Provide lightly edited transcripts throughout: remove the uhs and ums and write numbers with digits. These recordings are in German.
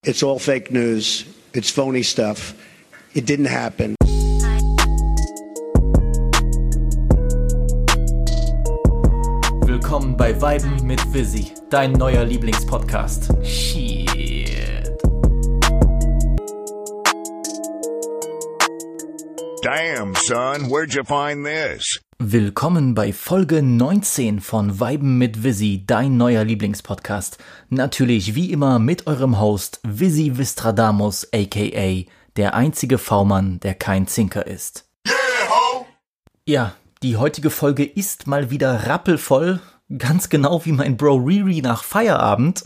It's all fake news. It's phony stuff. It didn't happen. Willkommen bei Viben mit Visi, dein neuer Lieblingspodcast. Shit. Damn, son, where'd you find this? Willkommen bei Folge 19 von Viben mit Visi, dein neuer Lieblingspodcast. Natürlich wie immer mit eurem Host Visi Vistradamus, a.k.a. der einzige V-Mann, der kein Zinker ist. Yeah, ho! Ja, die heutige Folge ist mal wieder rappelvoll, ganz genau wie mein Bro Riri nach Feierabend.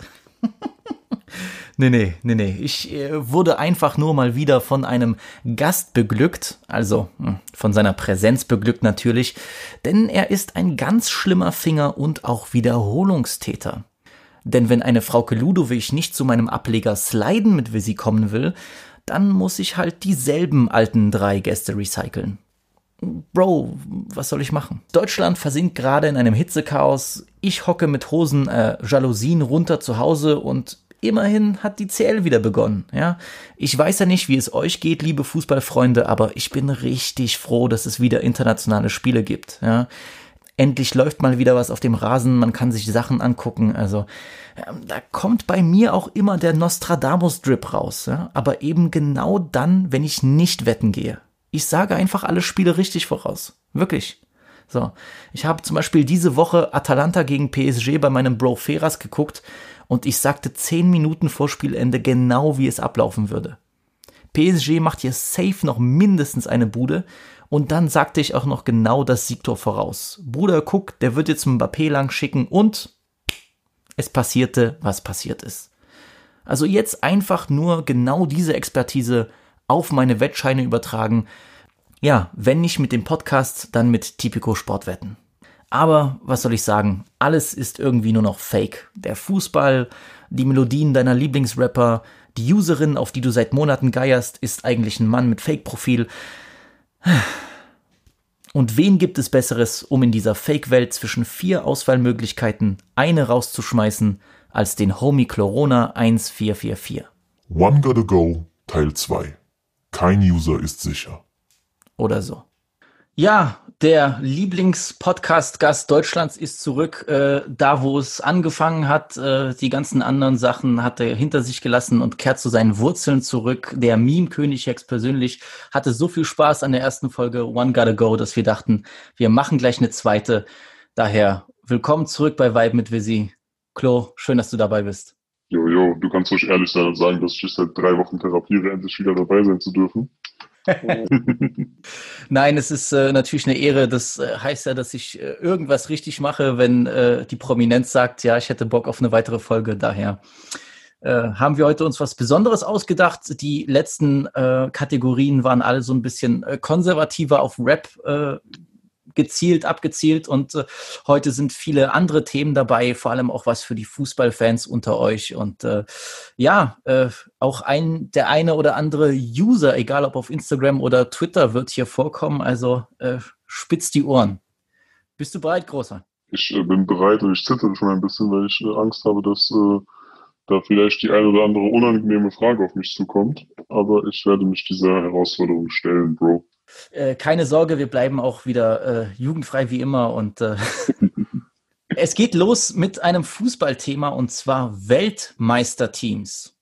Nee. Ich wurde einfach nur mal wieder von einem Gast beglückt, also von seiner Präsenz beglückt natürlich, denn er ist ein ganz schlimmer Finger und auch Wiederholungstäter. Denn wenn eine Frauke Ludowig nicht zu meinem Ableger Sliden mit Visi kommen will, dann muss ich halt dieselben alten 3 Gäste recyceln. Bro, was soll ich machen? Deutschland versinkt gerade in einem Hitzechaos, ich hocke mit Jalousien runter zu Hause und immerhin hat die CL wieder begonnen, ja. Ich weiß ja nicht, wie es euch geht, liebe Fußballfreunde, aber ich bin richtig froh, dass es wieder internationale Spiele gibt, ja. Endlich läuft mal wieder was auf dem Rasen, man kann sich Sachen angucken, also da kommt bei mir auch immer der Nostradamus-Drip raus, ja? Aber eben genau dann, wenn ich nicht wetten gehe. Ich sage einfach alle Spiele richtig voraus, wirklich. So, ich habe zum Beispiel diese Woche Atalanta gegen PSG bei meinem Bro Feras geguckt und ich sagte 10 Minuten vor Spielende genau, wie es ablaufen würde. PSG macht hier safe noch mindestens eine Bude und dann sagte ich auch noch genau das Siegtor voraus. Bruder, guck, der wird jetzt Mbappé lang schicken und es passierte, was passiert ist. Also jetzt einfach nur genau diese Expertise auf meine Wettscheine übertragen. Ja, wenn nicht mit dem Podcast, dann mit Tipico Sportwetten. Aber was soll ich sagen, alles ist irgendwie nur noch Fake. Der Fußball, die Melodien deiner Lieblingsrapper, die Userin, auf die du seit Monaten geierst, ist eigentlich ein Mann mit Fake-Profil. Und wen gibt es Besseres, um in dieser Fake-Welt zwischen 4 Auswahlmöglichkeiten eine rauszuschmeißen, als den Homie Chlorona 1444? One Gotta Go, Teil 2. Kein User ist sicher. Oder so. Ja, der Lieblingspodcast-Gast Deutschlands ist zurück, da wo es angefangen hat. Die ganzen anderen Sachen hat er hinter sich gelassen und kehrt zu seinen Wurzeln zurück. Der Meme-König Hex persönlich hatte so viel Spaß an der ersten Folge One Gotta Go, dass wir dachten, wir machen gleich eine zweite. Daher willkommen zurück bei Vibe mit Visi. Klo, schön, dass du dabei bist. Jo, du kannst ruhig ehrlich sein und sagen, dass ich seit 3 Wochen therapiere, endlich wieder dabei sein zu dürfen. Nein, es ist natürlich eine Ehre. Das heißt ja, dass ich irgendwas richtig mache, wenn die Prominenz sagt, ja, ich hätte Bock auf eine weitere Folge. Daher haben wir heute uns was Besonderes ausgedacht. Die letzten Kategorien waren alle so ein bisschen konservativer auf Rap abgezielt und heute sind viele andere Themen dabei, vor allem auch was für die Fußballfans unter euch und auch der eine oder andere User, egal ob auf Instagram oder Twitter, wird hier vorkommen, also spitz die Ohren. Bist du bereit, Großer? Ich bin bereit und ich zittere schon ein bisschen, weil ich Angst habe, dass da vielleicht die eine oder andere unangenehme Frage auf mich zukommt, aber ich werde mich dieser Herausforderung stellen, Bro. Keine Sorge, wir bleiben auch wieder jugendfrei wie immer und es geht los mit einem Fußballthema und zwar Weltmeisterteams.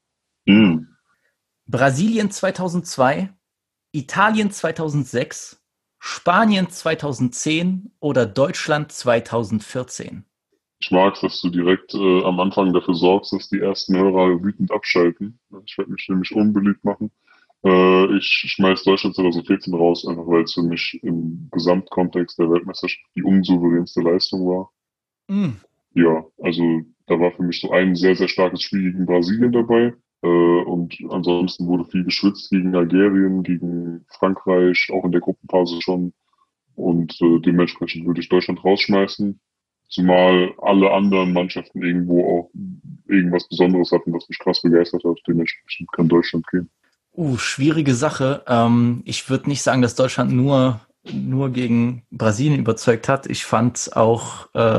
Brasilien 2002, Italien 2006, Spanien 2010 oder Deutschland 2014? Ich mag, dass du direkt am Anfang dafür sorgst, dass die ersten Hörer wütend abschalten. Ich werde mich nämlich unbeliebt machen. Ich schmeiß Deutschland 2014 raus, einfach weil es für mich im Gesamtkontext der Weltmeisterschaft die unsouveränste Leistung war. Ja, also da war für mich so ein sehr, sehr starkes Spiel gegen Brasilien dabei. Und ansonsten wurde viel geschwitzt gegen Algerien, gegen Frankreich, auch in der Gruppenphase schon. Und dementsprechend würde ich Deutschland rausschmeißen. Zumal alle anderen Mannschaften irgendwo auch irgendwas Besonderes hatten, was mich krass begeistert hat. Dementsprechend kann Deutschland gehen. Schwierige Sache. Ich würde nicht sagen, dass Deutschland nur gegen Brasilien überzeugt hat. Ich fand auch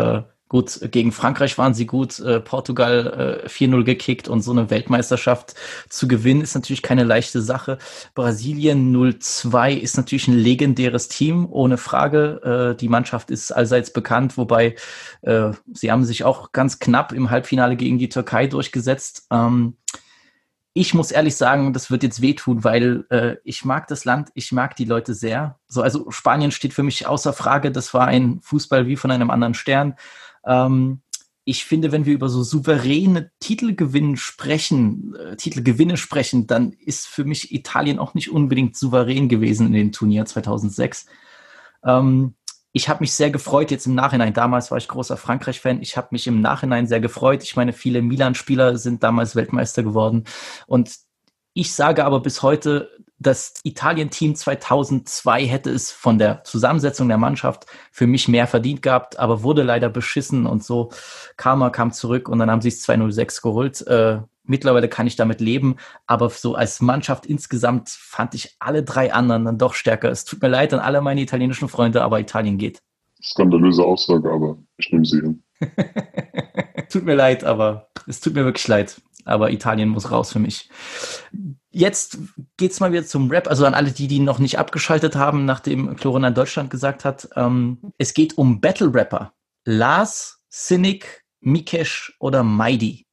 Gut, gegen Frankreich waren sie gut, Portugal 4-0 gekickt und so eine Weltmeisterschaft zu gewinnen ist natürlich keine leichte Sache. Brasilien 0-2 ist natürlich ein legendäres Team, ohne Frage. Die Mannschaft ist allseits bekannt, wobei sie haben sich auch ganz knapp im Halbfinale gegen die Türkei durchgesetzt. Ich muss ehrlich sagen, das wird jetzt wehtun, weil ich mag das Land, ich mag die Leute sehr. So, also Spanien steht für mich außer Frage. Das war ein Fußball wie von einem anderen Stern. Ich finde, wenn wir über so souveräne Titelgewinne sprechen, dann ist für mich Italien auch nicht unbedingt souverän gewesen in dem Turnier 2006. Ich habe mich sehr gefreut jetzt im Nachhinein. Damals war ich großer Frankreich-Fan. Ich habe mich im Nachhinein sehr gefreut. Ich meine, viele Milan-Spieler sind damals Weltmeister geworden. Und ich sage aber bis heute, das Italien-Team 2002 hätte es von der Zusammensetzung der Mannschaft für mich mehr verdient gehabt, aber wurde leider beschissen und so. Karma kam zurück und dann haben sie es 2:06 geholt. Mittlerweile kann ich damit leben, aber so als Mannschaft insgesamt fand ich alle drei anderen dann doch stärker. Es tut mir leid an alle meine italienischen Freunde, aber Italien geht. Skandalöse Aussage, aber ich nehme sie hin. Tut mir leid, aber es tut mir wirklich leid. Aber Italien muss raus für mich. Jetzt geht's mal wieder zum Rap. Also an alle, die noch nicht abgeschaltet haben, nachdem Chlorina Deutschland gesagt hat. Es geht um Battle-Rapper. Lars, Cynic, Mikesh oder Maidi?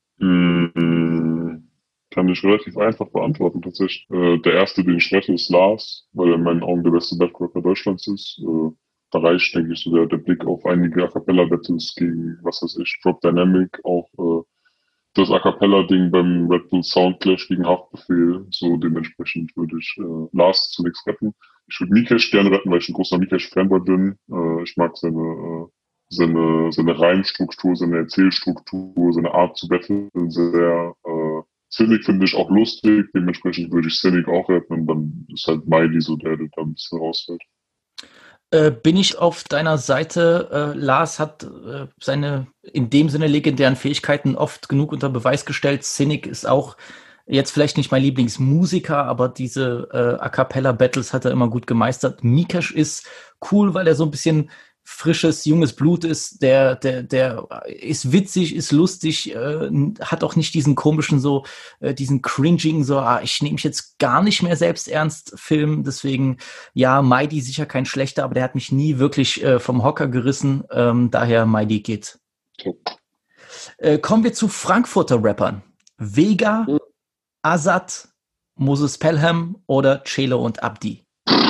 Kann ich relativ einfach beantworten, tatsächlich. Der erste, den ich rette, ist Lars, weil er in meinen Augen der beste Battle-Rapper Deutschlands ist. Da reicht, denke ich, so der Blick auf einige A-Cappella-Battles gegen, was weiß ich, Drop Dynamic, auch das A Cappella-Ding beim Red Bull Soundclash gegen Haftbefehl. So dementsprechend würde ich Lars zunächst retten. Ich würde Mikesh gerne retten, weil ich ein großer Mikesh-Fanboy bin. Ich mag seine Reimstruktur, seine Erzählstruktur, seine Art zu battlen sehr. Cynic finde ich auch lustig. Dementsprechend würde ich Cynic auch retten und dann ist halt Miley so der da ein bisschen rausfällt. Bin ich auf deiner Seite. Lars hat seine in dem Sinne legendären Fähigkeiten oft genug unter Beweis gestellt. Cynic ist auch jetzt vielleicht nicht mein Lieblingsmusiker, aber diese A Cappella Battles hat er immer gut gemeistert. Mikesh ist cool, weil er so ein bisschen frisches, junges Blut ist, der ist witzig, ist lustig, hat auch nicht diesen komischen diesen cringing, ich nehme mich jetzt gar nicht mehr selbst ernst Film, deswegen, ja, Maidi sicher kein schlechter, aber der hat mich nie wirklich vom Hocker gerissen, daher Maidi geht. Kommen wir zu Frankfurter Rappern. Vega, Azad, Moses Pelham oder Celo und Abdi?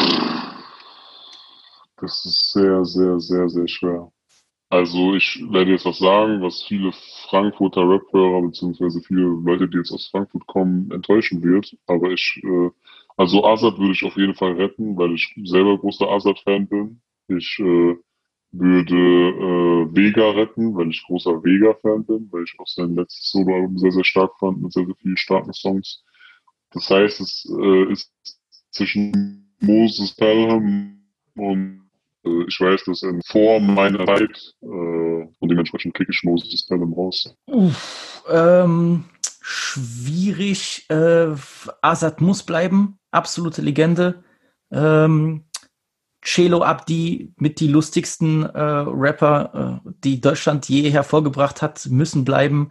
Das ist sehr, sehr, sehr, sehr schwer. Also ich werde jetzt was sagen, was viele Frankfurter Rap-Hörer beziehungsweise viele Leute, die jetzt aus Frankfurt kommen, enttäuschen wird. Aber also Azad würde ich auf jeden Fall retten, weil ich selber großer Azad-Fan bin. Ich würde Vega retten, weil ich großer Vega-Fan bin, weil ich auch sein letztes Soloalbum sehr, sehr stark fand mit sehr, sehr vielen starken Songs. Das heißt, es ist zwischen Moses Pelham und ich weiß, dass er vor meiner Zeit und dementsprechend kicke ich Moses Pelham raus. Schwierig. Azad muss bleiben. Absolute Legende. Celo Abdi mit die lustigsten Rapper, die Deutschland je hervorgebracht hat, müssen bleiben.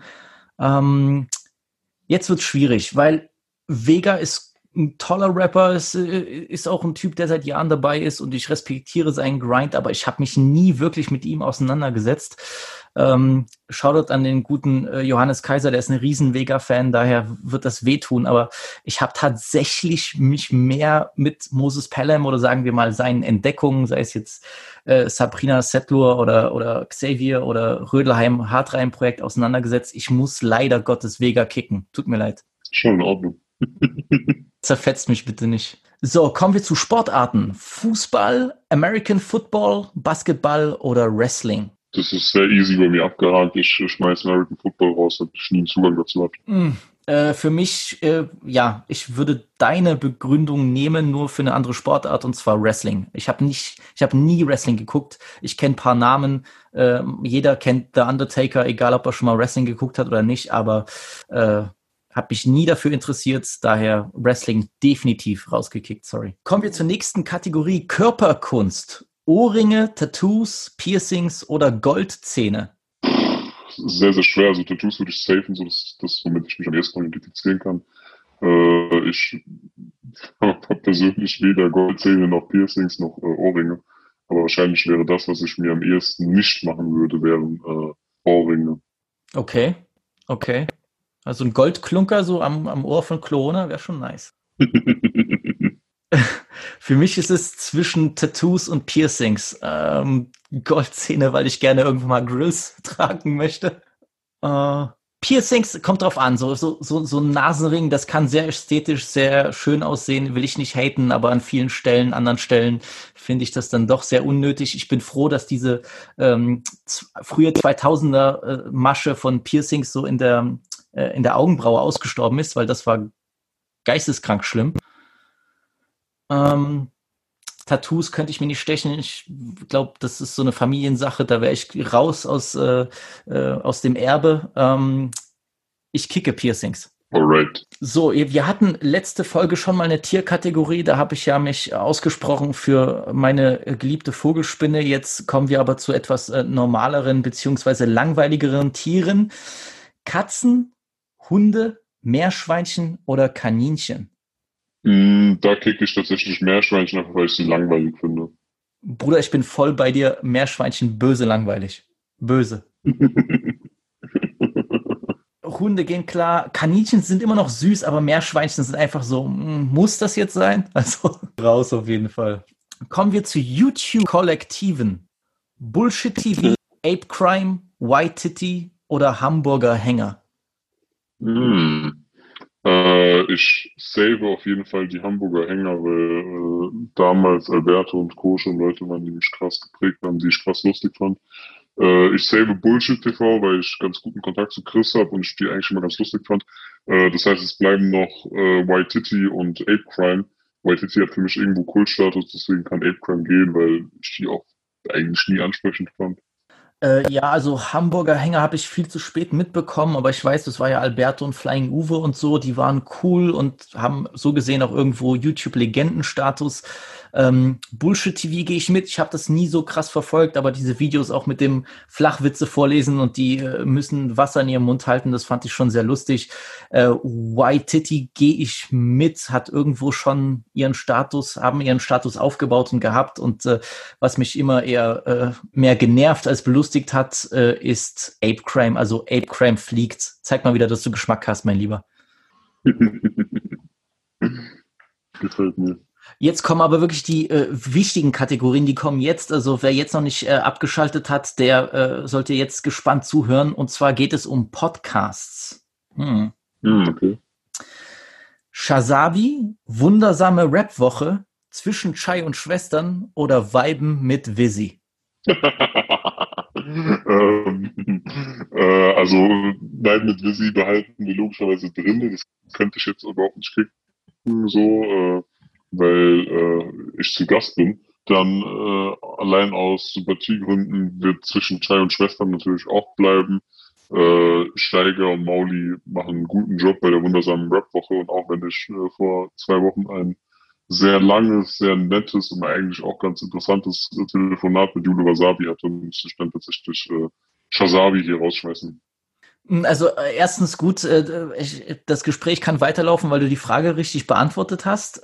Jetzt wird's schwierig, weil Vega ist ein toller Rapper, ist auch ein Typ, der seit Jahren dabei ist und ich respektiere seinen Grind, aber ich habe mich nie wirklich mit ihm auseinandergesetzt. Shoutout an den guten Johannes Kaiser, der ist ein riesen Vega-Fan, daher wird das wehtun, aber ich habe tatsächlich mich mehr mit Moses Pelham oder sagen wir mal seinen Entdeckungen, sei es jetzt Sabrina Setlur oder Xavier oder Rödelheim Hartreim-Projekt auseinandergesetzt. Ich muss leider Gottes Vega kicken. Tut mir leid. Schon in Ordnung. Zerfetzt mich bitte nicht. So, kommen wir zu Sportarten. Fußball, American Football, Basketball oder Wrestling? Das ist sehr easy bei mir abgehakt. Ich schmeiß American Football raus, weil ich nie einen Zugang dazu habe. Für mich, ja, ich würde deine Begründung nehmen, nur für eine andere Sportart, und zwar Wrestling. Ich habe nie Wrestling geguckt. Ich kenne ein paar Namen. Jeder kennt The Undertaker, egal ob er schon mal Wrestling geguckt hat oder nicht, aber habe mich nie dafür interessiert, daher Wrestling definitiv rausgekickt, sorry. Kommen wir zur nächsten Kategorie, Körperkunst. Ohrringe, Tattoos, Piercings oder Goldzähne? Sehr, sehr schwer. Also Tattoos würde ich safen, so das, womit ich mich am ehesten identifizieren kann. Ich habe persönlich weder Goldzähne noch Piercings noch Ohrringe. Aber wahrscheinlich wäre das, was ich mir am ehesten nicht machen würde, wären Ohrringe. Okay, okay. Also ein Goldklunker so am Ohr von Corona wäre schon nice. Für mich ist es zwischen Tattoos und Piercings. Goldzähne, weil ich gerne irgendwann mal Grills tragen möchte. Piercings kommt drauf an. So ein Nasenring, das kann sehr ästhetisch, sehr schön aussehen. Will ich nicht haten, aber an vielen Stellen, anderen Stellen finde ich das dann doch sehr unnötig. Ich bin froh, dass diese frühe 2000er Masche von Piercings so in der Augenbraue ausgestorben ist, weil das war geisteskrank schlimm. Tattoos könnte ich mir nicht stechen. Ich glaube, das ist so eine Familiensache. Da wäre ich raus aus dem Erbe. Ich kicke Piercings. Alright. So, wir hatten letzte Folge schon mal eine Tierkategorie. Da habe ich ja mich ausgesprochen für meine geliebte Vogelspinne. Jetzt kommen wir aber zu etwas normaleren beziehungsweise langweiligeren Tieren. Katzen, Hunde, Meerschweinchen oder Kaninchen? Da kicke ich tatsächlich Meerschweinchen, einfach weil ich sie langweilig finde. Bruder, ich bin voll bei dir. Meerschweinchen, böse langweilig. Böse. Hunde gehen klar. Kaninchen sind immer noch süß, aber Meerschweinchen sind einfach so, muss das jetzt sein? Also raus auf jeden Fall. Kommen wir zu YouTube-Kollektiven. Bullshit TV, Ape Crime, White Titty oder Hamburger Hänger? Ich save auf jeden Fall die Hamburger Hänger, weil damals Alberto und Co. schon Leute waren, die mich krass geprägt haben, die ich krass lustig fand. Ich save Bullshit TV, weil ich ganz guten Kontakt zu Chris habe und ich die eigentlich immer ganz lustig fand. Das heißt, es bleiben noch White Titty und Ape Crime. White Titty hat für mich irgendwo Kultstatus, deswegen kann Ape Crime gehen, weil ich die auch eigentlich nie ansprechend fand. Ja, also Hamburger Hänger habe ich viel zu spät mitbekommen, aber ich weiß, das war ja Alberto und Flying Uwe und so, die waren cool und haben so gesehen auch irgendwo YouTube-Legendenstatus. Bullshit TV gehe ich mit, ich habe das nie so krass verfolgt, aber diese Videos auch mit dem Flachwitze vorlesen und die müssen Wasser in ihrem Mund halten, das fand ich schon sehr lustig. White Titty gehe ich mit, hat irgendwo schon haben ihren Status aufgebaut und gehabt und was mich immer eher mehr genervt als belustigt hat, ist Ape Crime. Also Ape Crime fliegt. Zeig mal wieder, dass du Geschmack hast, mein Lieber. Gefällt mir. Jetzt kommen aber wirklich die wichtigen Kategorien, die kommen jetzt. Also wer jetzt noch nicht abgeschaltet hat, der sollte jetzt gespannt zuhören. Und zwar geht es um Podcasts. Okay. Shazabi, wundersame Rap-Woche, zwischen Chai und Schwestern oder Weiben mit Visi? Also Nein mit Visi behalten wir logischerweise drin. Das könnte ich jetzt überhaupt nicht kicken, so, weil ich zu Gast bin. Dann allein aus Sympathiegründen wird zwischen Chai und Schwestern natürlich auch bleiben. Steiger und Mauli machen einen guten Job bei der wundersamen Rap-Woche und auch wenn ich vor 2 Wochen ein sehr langes, sehr nettes und eigentlich auch ganz interessantes Telefonat mit Jule Wasabi hatte, musste ich dann tatsächlich Shazabi hier rausschmeißen. Also erstens gut, das Gespräch kann weiterlaufen, weil du die Frage richtig beantwortet hast.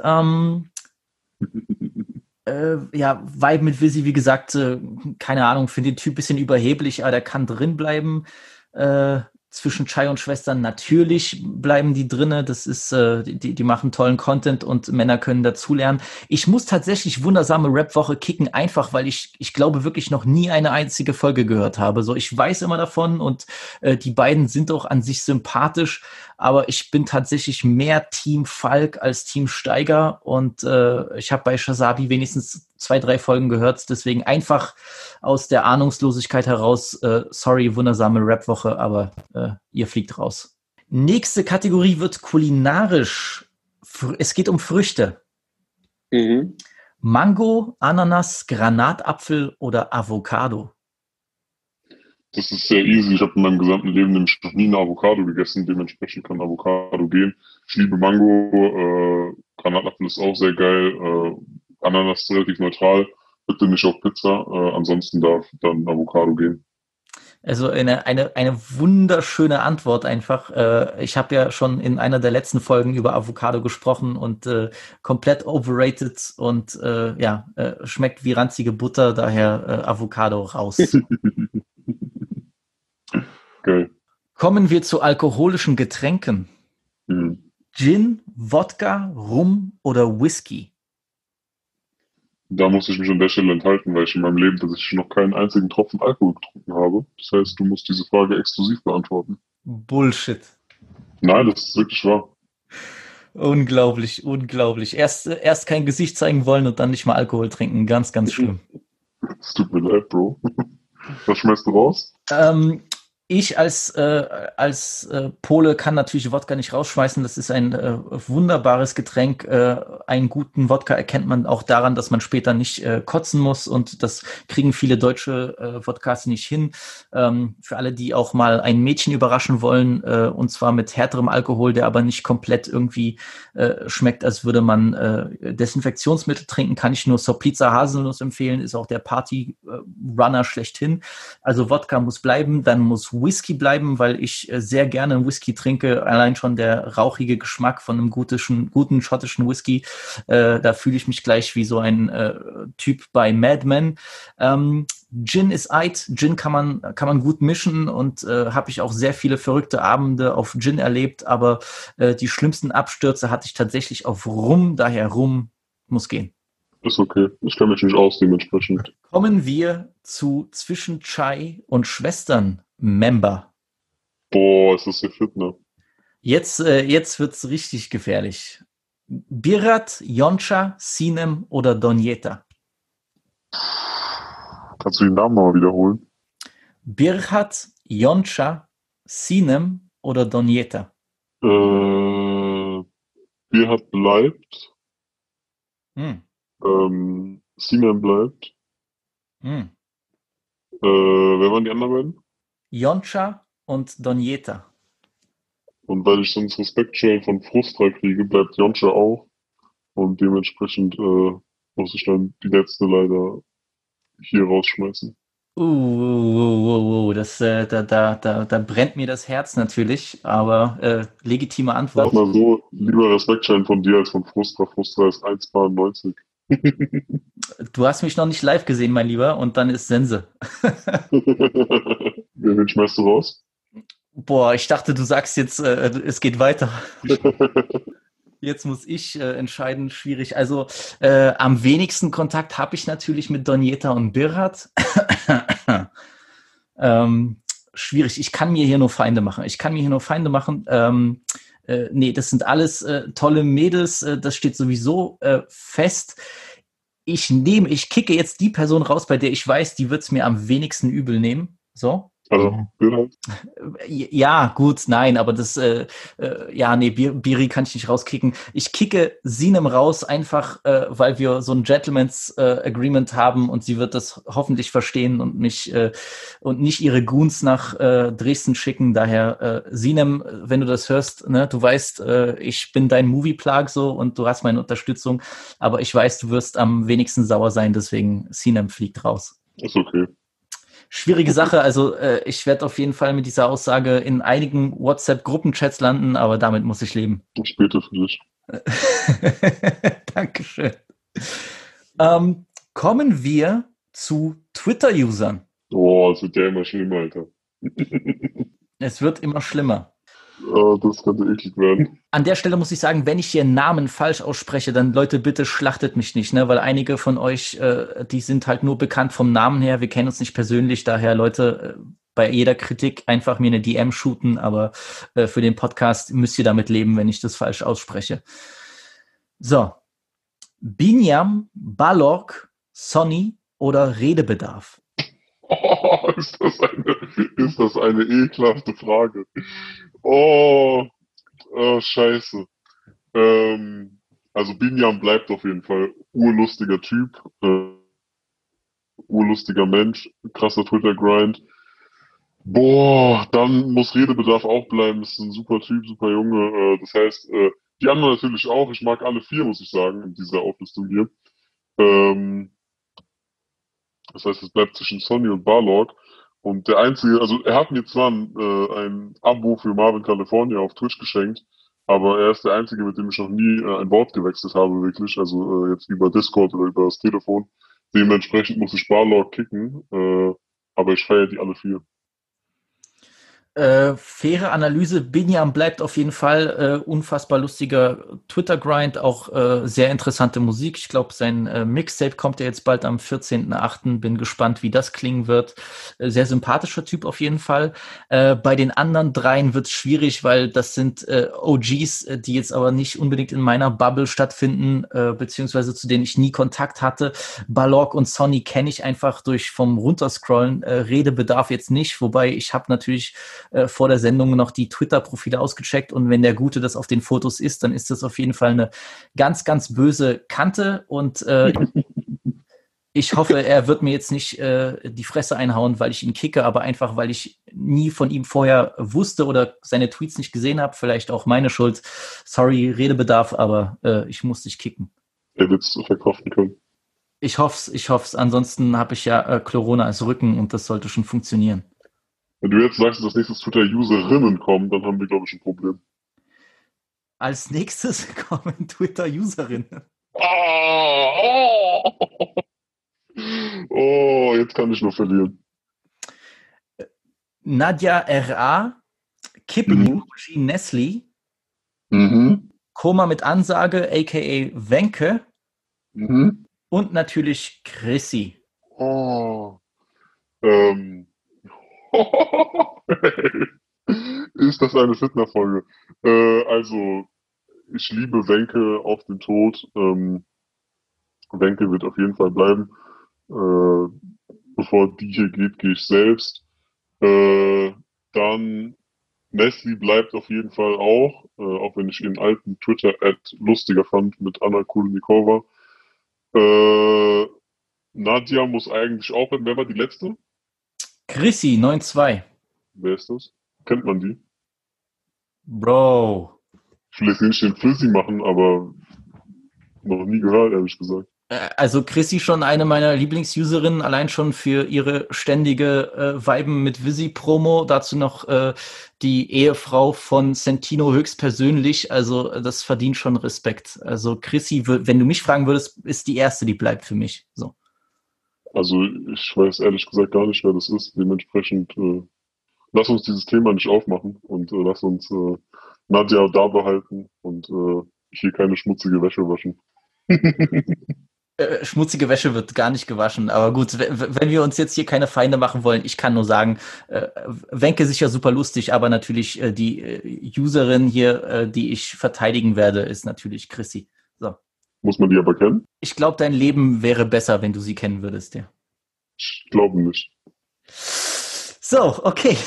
Ja, Vibe mit Visi, wie gesagt, keine Ahnung, finde den Typ ein bisschen überheblich, aber der kann drin bleiben. Zwischen Chai und Schwestern natürlich bleiben die drinne. Das ist, die machen tollen Content und Männer können dazulernen. Ich muss tatsächlich wundersame Rap-Woche kicken, einfach weil ich glaube wirklich noch nie eine einzige Folge gehört habe. So, ich weiß immer davon und die beiden sind auch an sich sympathisch, aber ich bin tatsächlich mehr Team Falk als Team Steiger und ich habe bei Shazabi wenigstens 2, 3 Folgen gehört, deswegen einfach aus der Ahnungslosigkeit heraus, sorry, wundersame Rap-Woche, aber ihr fliegt raus. Nächste Kategorie wird kulinarisch. Es geht um Früchte. Mango, Ananas, Granatapfel oder Avocado? Das ist sehr easy. Ich habe in meinem gesamten Leben nämlich noch nie eine Avocado gegessen. Dementsprechend kann Avocado gehen. Ich liebe Mango. Granatapfel ist auch sehr geil. Ananas ist relativ neutral. Bitte nicht auf Pizza, ansonsten darf dann Avocado gehen. Also eine wunderschöne Antwort einfach. Ich habe ja schon in einer der letzten Folgen über Avocado gesprochen und komplett overrated und schmeckt wie ranzige Butter, daher Avocado raus. Geil. Kommen wir zu alkoholischen Getränken. Mhm. Gin, Wodka, Rum oder Whisky? Da muss ich mich an der Stelle enthalten, weil ich in meinem Leben tatsächlich noch keinen einzigen Tropfen Alkohol getrunken habe. Das heißt, du musst diese Frage exklusiv beantworten. Bullshit. Nein, das ist wirklich wahr. Unglaublich, unglaublich. Erst kein Gesicht zeigen wollen und dann nicht mal Alkohol trinken. Ganz, ganz schlimm. Es tut mir leid, Bro. Was schmeißt du raus? Ich als Pole kann natürlich Wodka nicht rausschmeißen. Das ist ein wunderbares Getränk. Einen guten Wodka erkennt man auch daran, dass man später nicht kotzen muss. Und das kriegen viele deutsche Wodkas nicht hin. Für alle, die auch mal ein Mädchen überraschen wollen, und zwar mit härterem Alkohol, der aber nicht komplett irgendwie schmeckt, als würde man Desinfektionsmittel trinken, kann ich nur Sorpliza Haselnuss empfehlen. Ist auch der Party-Runner schlechthin. Also Wodka muss bleiben, dann muss Whisky bleiben, weil ich sehr gerne einen Whisky trinke. Allein schon der rauchige Geschmack von einem guten schottischen Whisky. Da fühle ich mich gleich wie so ein Typ bei Mad Men. Gin ist Eid. Gin kann man gut mischen und habe ich auch sehr viele verrückte Abende auf Gin erlebt, aber die schlimmsten Abstürze hatte ich tatsächlich auf Rum. Daher Rum muss gehen. Ist okay. Ich kann mich nicht aus, dementsprechend. Kommen wir zu Zwischen Chai und Schwestern Member. Boah, ist das hier fit, ne? Jetzt wird's richtig gefährlich. Birat, Yonca, Sinem oder Donieta? Kannst du den Namen nochmal wiederholen? Birhat, Yonca, Sinem oder Donieta? Birhat bleibt. Hm. Sinan bleibt. Hm. Wer waren die anderen beiden? Yonca und Donieta. Und weil ich sonst Respektschellen von Frustra kriege, bleibt Joncha auch. Und dementsprechend muss ich dann die letzte leider hier rausschmeißen. Da brennt mir das Herz natürlich, aber legitime Sag Antwort. mal so, lieber Respektschein von dir als von Frustra. Frustra ist 1,90. Du hast mich noch nicht live gesehen, mein Lieber, und dann ist Sense. Wen schmeißt du raus? Boah, ich dachte, du sagst jetzt, es geht weiter. Jetzt muss ich entscheiden, schwierig. Also am wenigsten Kontakt habe ich natürlich mit Donieta und Birhat. Schwierig. Ich kann mir hier nur Feinde machen. Nee, das sind alles tolle Mädels. Das steht sowieso fest. Ich kicke jetzt die Person raus, bei der ich weiß, die wird es mir am wenigsten übel nehmen. So. Also, Birhat. Ja, gut, nein, aber Biri kann ich nicht rauskicken. Ich kicke Sinem raus, einfach, weil wir so ein Gentleman's Agreement haben und sie wird das hoffentlich verstehen und mich und nicht ihre Goons nach Dresden schicken. Daher, Sinem, wenn du das hörst, ne, du weißt, ich bin dein Movie-Plug so und du hast meine Unterstützung, aber ich weiß, du wirst am wenigsten sauer sein, deswegen Sinem fliegt raus. Ist okay. Schwierige Sache, also ich werde auf jeden Fall mit dieser Aussage in einigen WhatsApp-Gruppenchats landen, aber damit muss ich leben. Ich bete für dich. Dankeschön. Kommen wir zu Twitter-Usern. Oh, es wird ja immer schlimmer, Alter. Es wird immer schlimmer. Das könnte eklig werden. An der Stelle muss ich sagen, wenn ich hier Namen falsch ausspreche, dann Leute, bitte schlachtet mich nicht, ne? Weil einige von euch, die sind halt nur bekannt vom Namen her, wir kennen uns nicht persönlich, daher Leute, bei jeder Kritik einfach mir eine DM shooten, aber für den Podcast müsst ihr damit leben, wenn ich das falsch ausspreche. So. Binyam, Balog, Sonny oder Redebedarf? Oh, ist das eine ekelhafte Frage. Oh, scheiße. Also Binyan bleibt auf jeden Fall urlustiger Typ, urlustiger Mensch, krasser Twitter-Grind. Boah, dann muss Redebedarf auch bleiben, ist ein super Typ, super Junge. Das heißt, die anderen natürlich auch. Ich mag alle vier, muss ich sagen, in dieser Auflistung hier. Das heißt, es bleibt zwischen Sonny und Barlog. Und der einzige, also er hat mir zwar ein Abo für Marvin California auf Twitch geschenkt, aber er ist der Einzige, mit dem ich noch nie ein Wort gewechselt habe, wirklich. Also jetzt über Discord oder über das Telefon. Dementsprechend muss ich Barlog kicken, aber ich feiere die alle 4. Faire Analyse, Binjam bleibt auf jeden Fall unfassbar lustiger Twitter-Grind, auch sehr interessante Musik. Ich glaube, sein Mixtape kommt ja jetzt bald am 14.8. Bin gespannt, wie das klingen wird. Sehr sympathischer Typ auf jeden Fall. Bei den anderen dreien wird es schwierig, weil das sind OGs, die jetzt aber nicht unbedingt in meiner Bubble stattfinden, beziehungsweise zu denen ich nie Kontakt hatte. Balog und Sonny kenne ich einfach durch vom Runterscrollen. Redebedarf jetzt nicht, wobei ich habe natürlich vor der Sendung noch die Twitter-Profile ausgecheckt und wenn der Gute das auf den Fotos ist, dann ist das auf jeden Fall eine ganz, ganz böse Kante und ich hoffe, er wird mir jetzt nicht die Fresse einhauen, weil ich ihn kicke, aber einfach, weil ich nie von ihm vorher wusste oder seine Tweets nicht gesehen habe. Vielleicht auch meine Schuld. Sorry, Redebedarf, aber ich muss dich kicken. Er wird es verkraften können. Ich hoff's. Ansonsten habe ich ja Corona als Rücken und das sollte schon funktionieren. Wenn du jetzt sagst, dass nächstes Twitter-Userinnen kommen, dann haben wir, glaube ich, ein Problem. Als nächstes kommen Twitter-Userinnen. Oh, jetzt kann ich nur verlieren. Nadja R.A., Kippen-Emoji Nestle, Mhm. Koma mit Ansage, a.k.a. Wenke Mhm. und natürlich Chrissy. Oh. Ist das eine Fitner-Folge? Also, ich liebe Wenke auf den Tod. Wenke wird auf jeden Fall bleiben. Bevor die hier geht, gehe ich selbst. Dann Nestle bleibt auf jeden Fall auch wenn ich ihren alten Twitter-Ad lustiger fand mit Anna Kulikova. Nadja muss eigentlich auch bleiben. Wer war die letzte? Chrissy, 9.2. Wer ist das? Kennt man die? Bro. Ich will jetzt nicht den Flizzy machen, aber noch nie gehört, ehrlich gesagt. Also Chrissy schon eine meiner Lieblingsuserinnen, allein schon für ihre ständige Viben mit Visi-Promo. Dazu noch die Ehefrau von Sentino höchstpersönlich. Also das verdient schon Respekt. Also Chrissy, wenn du mich fragen würdest, ist die erste, die bleibt für mich. So. Also ich weiß ehrlich gesagt gar nicht, wer das ist. Dementsprechend lass uns dieses Thema nicht aufmachen und lass uns Nadja da behalten und hier keine schmutzige Wäsche waschen. Schmutzige Wäsche wird gar nicht gewaschen, aber gut, wenn wir uns jetzt hier keine Feinde machen wollen, ich kann nur sagen, Wenke sicher super lustig, aber natürlich die Userin hier, die ich verteidigen werde, ist natürlich Chrissy. So. Muss man die aber kennen? Ich glaube, dein Leben wäre besser, wenn du sie kennen würdest, ja. Ich glaube nicht. So, okay.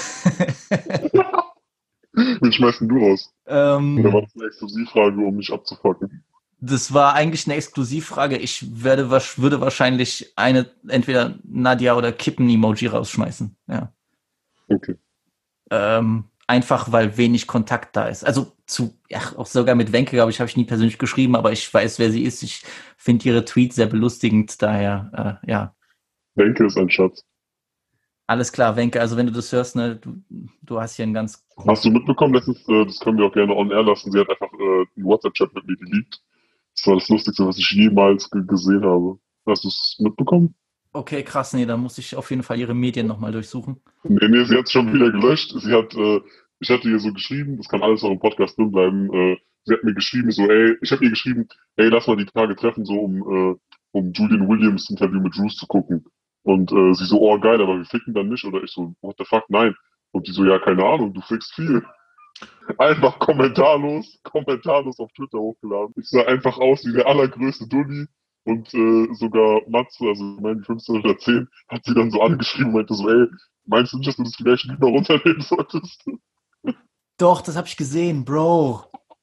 Wen schmeißt denn du raus? Oder war ähm, das eine Exklusivfrage, um mich abzufacken? Das war eigentlich eine Exklusivfrage. Ich würde wahrscheinlich entweder Nadja oder Kippen-Emoji rausschmeißen. Ja. Okay. Einfach, weil wenig Kontakt da ist. Also auch sogar mit Wenke, glaube ich, habe ich nie persönlich geschrieben, aber ich weiß, wer sie ist. Ich finde ihre Tweets sehr belustigend. Daher, ja. Wenke ist ein Schatz. Alles klar, Wenke. Also wenn du das hörst, ne, du hast hier einen ganz... Hast du mitbekommen, das können wir auch gerne on air lassen, sie hat einfach einen WhatsApp-Chat mit mir geliebt. Das war das Lustigste, was ich jemals gesehen habe. Hast du es mitbekommen? Okay, krass, nee, da muss ich auf jeden Fall ihre Medien nochmal durchsuchen. Nee, sie hat es schon wieder gelöscht. Ich hatte ihr so geschrieben, das kann alles auch im Podcast drin bleiben. Sie hat mir geschrieben, ich habe ihr geschrieben, lass mal die Tage treffen, so um Julian Williams Interview mit Roos zu gucken. Und sie so, oh geil, aber wir ficken dann nicht. Oder ich so, what the fuck, nein. Und die so, ja, keine Ahnung, du fickst viel. Einfach kommentarlos auf Twitter hochgeladen. Ich sah einfach aus wie der allergrößte Dulli. Und sogar Matze, also meine 15 oder 10, hat sie dann so angeschrieben und meinte so, meinst du nicht, dass du das vielleicht lieber runternehmen solltest? Doch, das habe ich gesehen, Bro.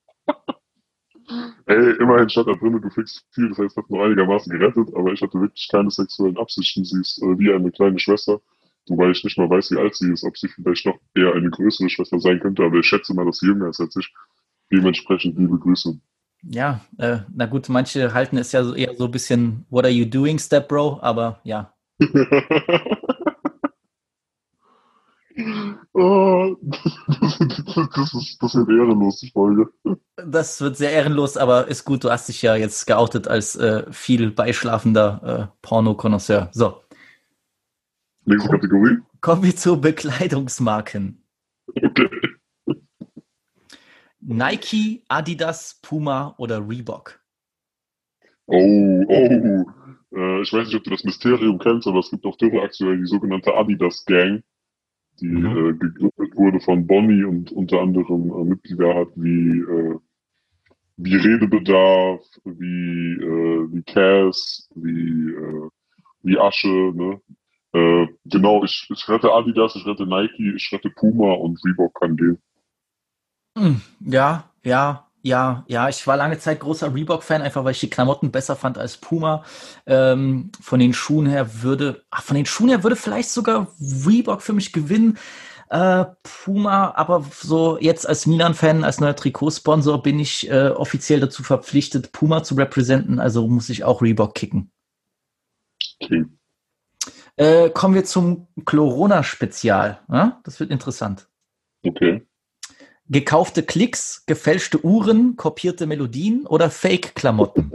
Immerhin stand da drin, du fickst viel, das heißt, hat nur einigermaßen gerettet, aber ich hatte wirklich keine sexuellen Absichten. Sie ist wie eine kleine Schwester, wobei ich nicht mal weiß, wie alt sie ist, ob sie vielleicht noch eher eine größere Schwester sein könnte, aber ich schätze mal, dass sie jünger ist als ich. Dementsprechend liebe Grüße. Ja, na gut, manche halten es ja eher so ein bisschen What are you doing, Step Bro, aber ja, Oh, das wird ehrenlos, die Folge. Das wird sehr ehrenlos, aber ist gut, du hast dich ja jetzt geoutet als viel beischlafender Porno-Konnoisseur. So, Nächste Kategorie. kommen wir zu Bekleidungsmarken. Okay. Nike, Adidas, Puma oder Reebok? Oh. Ich weiß nicht, ob du das Mysterium kennst, aber es gibt auf Twitter aktuell die sogenannte Adidas Gang, die gegründet wurde von Bonnie und unter anderem Mitglieder hat wie Redebedarf, wie Cass, wie Asche, ne? Genau, ich rette Adidas, ich rette Nike, ich rette Puma und Reebok kann gehen. Ja. Ich war lange Zeit großer Reebok-Fan, einfach weil ich die Klamotten besser fand als Puma. Von den Schuhen her würde vielleicht sogar Reebok für mich gewinnen. Puma, aber so jetzt als Milan-Fan, als neuer Trikotsponsor bin ich offiziell dazu verpflichtet, Puma zu representen, also muss ich auch Reebok kicken. Okay. Kommen wir zum Corona-Spezial. Ja? Das wird interessant. Okay. Gekaufte Klicks, gefälschte Uhren, kopierte Melodien oder Fake-Klamotten?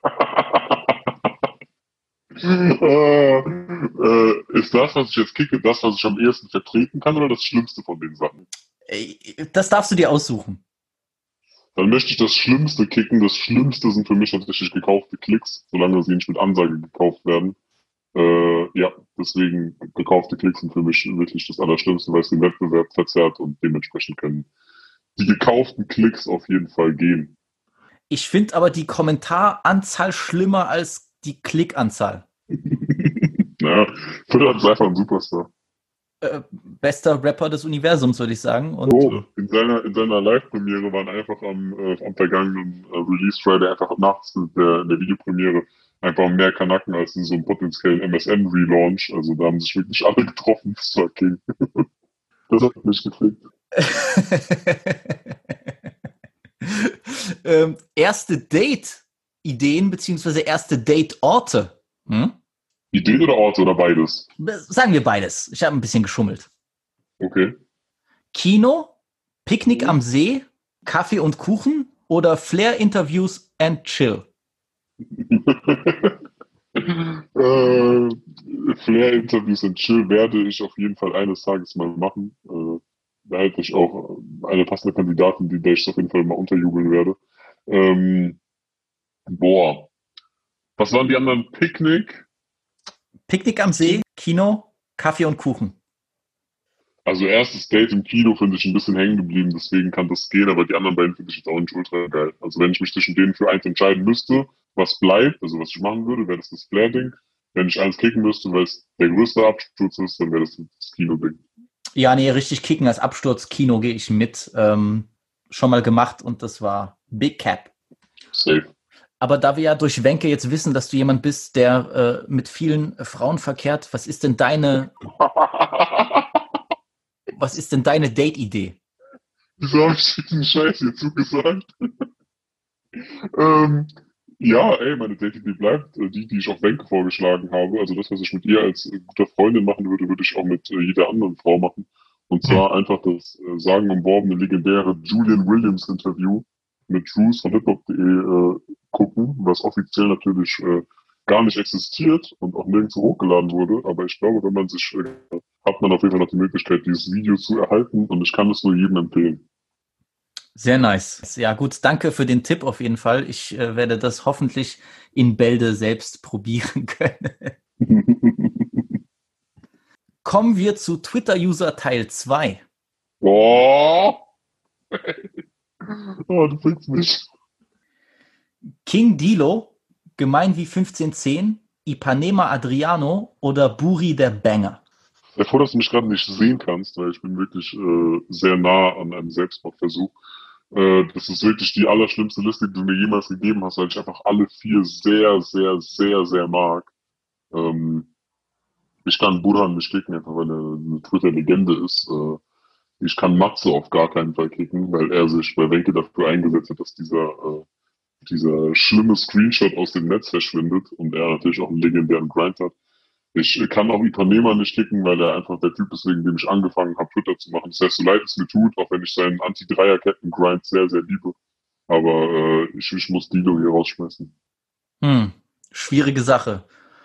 Ist das, was ich jetzt kicke, das, was ich am ehesten vertreten kann oder das Schlimmste von den Sachen? Das darfst du dir aussuchen. Dann möchte ich das Schlimmste kicken. Das Schlimmste sind für mich tatsächlich gekaufte Klicks, solange sie nicht mit Ansage gekauft werden. Ja, deswegen gekaufte Klicks sind für mich wirklich das Allerschlimmste, weil es den Wettbewerb verzerrt und dementsprechend können die gekauften Klicks auf jeden Fall gehen. Ich finde aber die Kommentaranzahl schlimmer als die Klickanzahl. Naja, Twitter ist einfach ein Superstar. Bester Rapper des Universums, würde ich sagen. Und In seiner Live-Premiere waren einfach am vergangenen Release Friday einfach nachts der Videopremiere einfach mehr Kanaken als in so einem potenziellen MSN-Relaunch. Also da haben sich wirklich alle getroffen. Das war King. Das hat mich gefickt. Erste Date-Ideen beziehungsweise erste Date-Orte. Ideen oder Orte oder beides? Sagen wir beides. Ich habe ein bisschen geschummelt. Okay. Kino, Picknick am See, Kaffee und Kuchen oder Flair-Interviews and Chill? Flair-Interviews und Chill werde ich auf jeden Fall eines Tages mal machen. Da hätte ich auch eine passende Kandidatin, der ich auf jeden Fall mal unterjubeln werde. Boah. Was waren die anderen? Picknick? Picknick am See, Kino, Kaffee und Kuchen. Also erstes Date im Kino finde ich ein bisschen hängen geblieben, deswegen kann das gehen, aber die anderen beiden finde ich jetzt auch nicht ultra geil. Also wenn ich mich zwischen denen für eins entscheiden müsste, was bleibt, also was ich machen würde, wäre das Flair-Ding. Wenn ich eins kicken müsste, weil es der größte Absturz ist, dann wäre das Kino-Ding. Ja, nee, richtig kicken als Absturz, Kino gehe ich mit. Schon mal gemacht und das war Big Cap. Safe. Aber da wir ja durch Wenke jetzt wissen, dass du jemand bist, der mit vielen Frauen verkehrt, was ist denn deine Date-Idee? Wieso habe ich diesen Scheiß hier zugesagt? Ja, ey, meine Date-Idee bleibt die ich auch Wenke vorgeschlagen habe. Also das, was ich mit ihr als guter Freundin machen würde, würde ich auch mit jeder anderen Frau machen. Und zwar einfach das sagenumworbene, legendäre Julian Williams Interview mit Drews von hiphop.de gucken, was offiziell natürlich gar nicht existiert und auch nirgendwo hochgeladen wurde. Aber ich glaube, wenn man sich, hat man auf jeden Fall noch die Möglichkeit, dieses Video zu erhalten und ich kann es nur jedem empfehlen. Sehr nice. Ja gut, danke für den Tipp auf jeden Fall. Ich werde das hoffentlich in Bälde selbst probieren können. Kommen wir zu Twitter-User Teil 2. Oh, du fickst mich. King Dilo, gemein wie 1510, Ipanema Adriano oder Buri der Banger? Ich bin froh, dass du mich gerade nicht sehen kannst, weil ich bin wirklich sehr nah an einem Selbstmordversuch. Das ist wirklich die allerschlimmste Liste, die du mir jemals gegeben hast, weil ich einfach alle vier sehr, sehr, sehr, sehr mag. Ich kann Burhan nicht kicken, einfach weil er eine Twitter-Legende ist. Ich kann Matze auf gar keinen Fall kicken, weil er sich bei Wenke dafür eingesetzt hat, dass dieser schlimme Screenshot aus dem Netz verschwindet und er natürlich auch einen legendären Grind hat. Ich kann auch Ipanema nicht kicken, weil er einfach der Typ ist, wegen dem ich angefangen habe, Twitter zu machen. Das heißt, so leid es mir tut, auch wenn ich seinen Anti-Dreier-Ketten-Grind sehr, sehr liebe. Aber ich muss Dilo hier rausschmeißen. Schwierige Sache.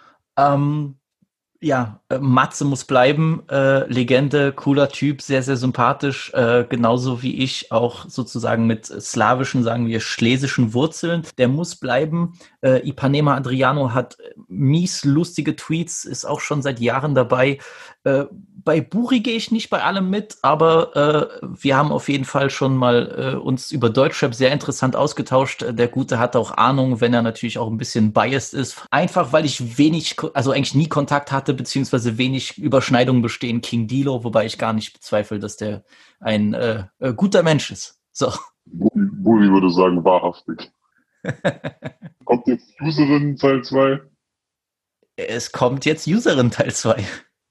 Matze muss bleiben. Legende, cooler Typ, sehr, sehr sympathisch. Genauso wie ich, auch sozusagen mit slawischen, sagen wir, schlesischen Wurzeln. Der muss bleiben. Ipanema Adriano hat mies lustige Tweets, ist auch schon seit Jahren dabei. Bei Buri gehe ich nicht bei allem mit, aber wir haben auf jeden Fall schon mal uns über Deutschrap sehr interessant ausgetauscht. Der Gute hat auch Ahnung, wenn er natürlich auch ein bisschen biased ist. Einfach, weil ich eigentlich nie Kontakt hatte, beziehungsweise wenig Überschneidungen bestehen. King Dilo, wobei ich gar nicht bezweifle, dass der ein guter Mensch ist. So. Buri würde sagen, wahrhaftig. Kommt jetzt Userin Teil 2? Es kommt jetzt Userin Teil 2.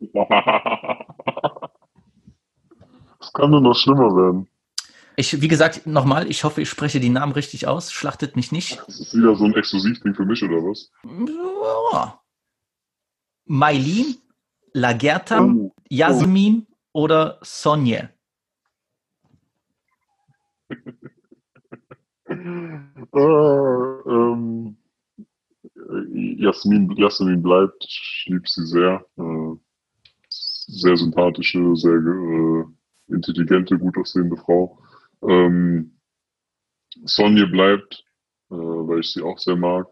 Das kann nur noch schlimmer werden. Wie gesagt, nochmal, ich hoffe, ich spreche die Namen richtig aus. Schlachtet mich nicht. Das ist wieder so ein Exklusivding für mich, oder was? Ja. Maylin, Lagerta, Jasmin oder Sonja? Jasmin bleibt. Ich liebe sie sehr. Sehr sympathische, sehr intelligente, gut aussehende Frau. Sonja bleibt, weil ich sie auch sehr mag.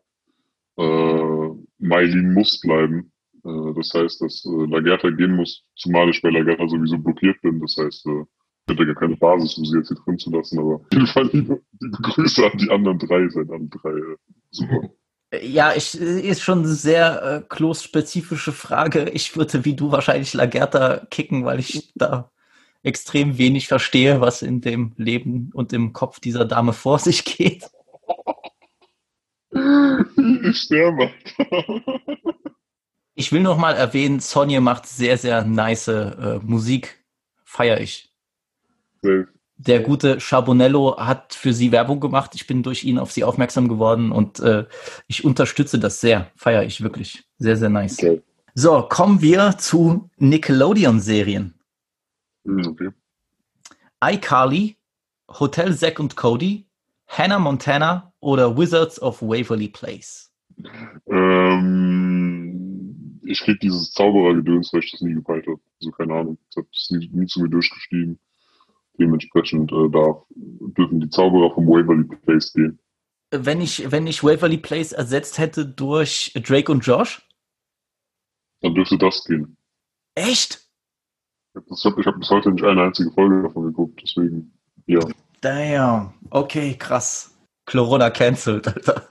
Maylin muss bleiben. Das heißt, dass Lagerta gehen muss, zumal ich bei Lagerta sowieso blockiert bin. Das heißt, ich hätte gar keine Basis, um sie jetzt hier drin zu lassen. Aber auf jeden Fall liebe Grüße an die anderen drei. Seid alle drei super. Ja, ist schon eine sehr spezifische Frage. Ich würde wie du wahrscheinlich Lagerta kicken, weil ich da extrem wenig verstehe, was in dem Leben und im Kopf dieser Dame vor sich geht. Ich sterbe. Ich will noch mal erwähnen, Sonja macht sehr, sehr nice Musik. Feiere ich. Safe. Der gute Charbonello hat für sie Werbung gemacht. Ich bin durch ihn auf sie aufmerksam geworden und ich unterstütze das sehr. Feiere ich wirklich. Sehr, sehr nice. Okay. So, kommen wir zu Nickelodeon-Serien. Okay. iCarly, Hotel Zack und Cody, Hannah Montana oder Wizards of Waverly Place? Ich krieg dieses Zauberergedöns, weil ich das nie gepeilt habe. Also keine Ahnung. Das hat nie zu mir durchgestiegen. Dementsprechend dürfen die Zauberer vom Waverly Place gehen. Wenn ich Waverly Place ersetzt hätte durch Drake und Josh? Dann dürfte das gehen. Echt? Ich hab bis heute nicht eine einzige Folge davon geguckt, deswegen, ja. Damn. Okay, krass. Corona cancelled, Alter.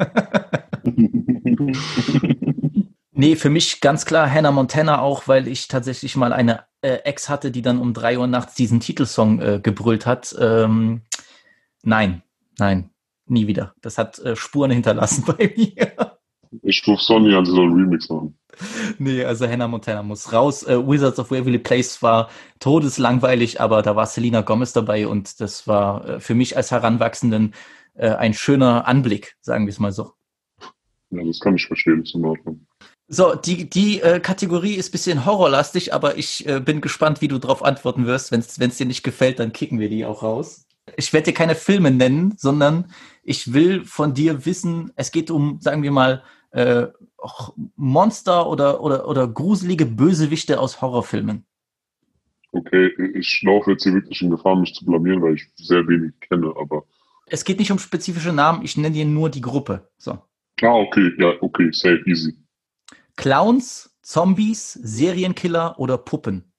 Nee, für mich ganz klar Hannah Montana auch, weil ich tatsächlich mal eine Ex hatte, die dann um 3 Uhr nachts diesen Titelsong gebrüllt hat. Nein, nie wieder. Das hat Spuren hinterlassen bei mir. Ich rufe Sonny an, sie soll einen Remix machen. Nee, also Hannah Montana muss raus. Wizards of Waverly Place war todeslangweilig, aber da war Selena Gomez dabei und das war für mich als Heranwachsenden ein schöner Anblick, sagen wir es mal so. Ja, das kann ich verstehen, ist in Ordnung. So, die Kategorie ist ein bisschen horrorlastig, aber ich bin gespannt, wie du darauf antworten wirst. Wenn es dir nicht gefällt, dann kicken wir die auch raus. Ich werde dir keine Filme nennen, sondern ich will von dir wissen, es geht um, sagen wir mal, Monster oder gruselige Bösewichte aus Horrorfilmen. Okay, ich laufe jetzt hier wirklich in Gefahr, mich zu blamieren, weil ich sehr wenig kenne, aber... Es geht nicht um spezifische Namen, ich nenne dir nur die Gruppe. So. Okay, ja, okay, safe, easy. Clowns, Zombies, Serienkiller oder Puppen?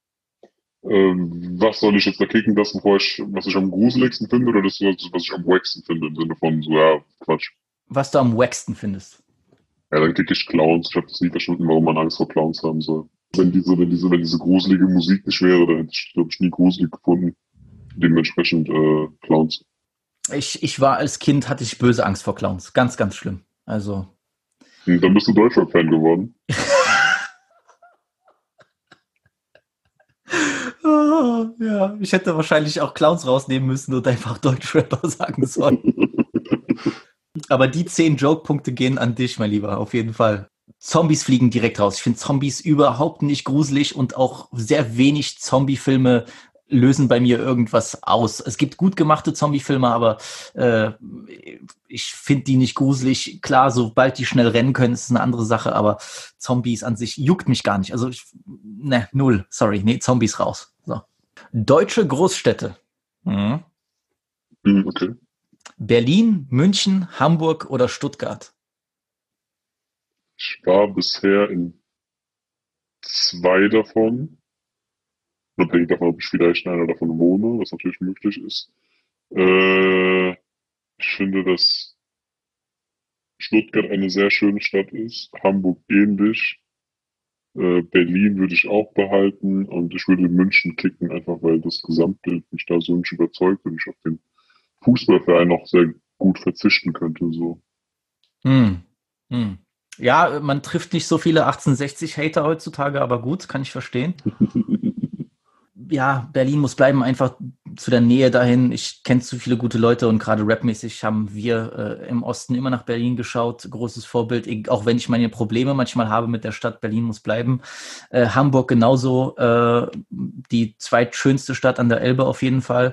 Was soll ich jetzt da kicken lassen, was ich am gruseligsten finde, oder das, was ich am wacksten finde, im Sinne von so, ja, Quatsch. Was du am wacksten findest? Ja, dann kicke ich Clowns. Ich habe das nie verstanden, warum man Angst vor Clowns haben soll. Wenn diese gruselige Musik nicht wäre, dann hätte ich, glaube ich, nie gruselig gefunden. Dementsprechend Clowns. Ich war als Kind, hatte ich böse Angst vor Clowns. Ganz, ganz schlimm. Also. Dann bist du Deutschrap-Fan geworden. Ja, ich hätte wahrscheinlich auch Clowns rausnehmen müssen und einfach Deutschrapper sagen sollen. Aber die 10 Joke-Punkte gehen an dich, mein Lieber, auf jeden Fall. Zombies fliegen direkt raus. Ich finde Zombies überhaupt nicht gruselig und auch sehr wenig Zombie-Filme lösen bei mir irgendwas aus. Es gibt gut gemachte Zombie-Filme, aber ich finde die nicht gruselig. Klar, sobald die schnell rennen können, ist es eine andere Sache, aber Zombies an sich juckt mich gar nicht. Also, null. Sorry, nee, Zombies raus. So. Deutsche Großstädte. Mhm. Okay. Berlin, München, Hamburg oder Stuttgart? Ich war bisher in 2 davon. Unabhängig davon, ob ich vielleicht in einer davon wohne, was natürlich möglich ist. Ich finde, dass Stuttgart eine sehr schöne Stadt ist, Hamburg ähnlich. Berlin würde ich auch behalten und ich würde München kicken, einfach weil das Gesamtbild mich da so nicht überzeugt und ich auf den Fußballverein noch sehr gut verzichten könnte. So. Hm. Hm. Ja, man trifft nicht so viele 1860-Hater heutzutage, aber gut, kann ich verstehen. Ja, Berlin muss bleiben, einfach zu der Nähe dahin. Ich kenne zu viele gute Leute und gerade rapmäßig haben wir im Osten immer nach Berlin geschaut. Großes Vorbild, auch wenn ich meine Probleme manchmal habe mit der Stadt. Berlin muss bleiben. Hamburg genauso, die zweitschönste Stadt an der Elbe auf jeden Fall.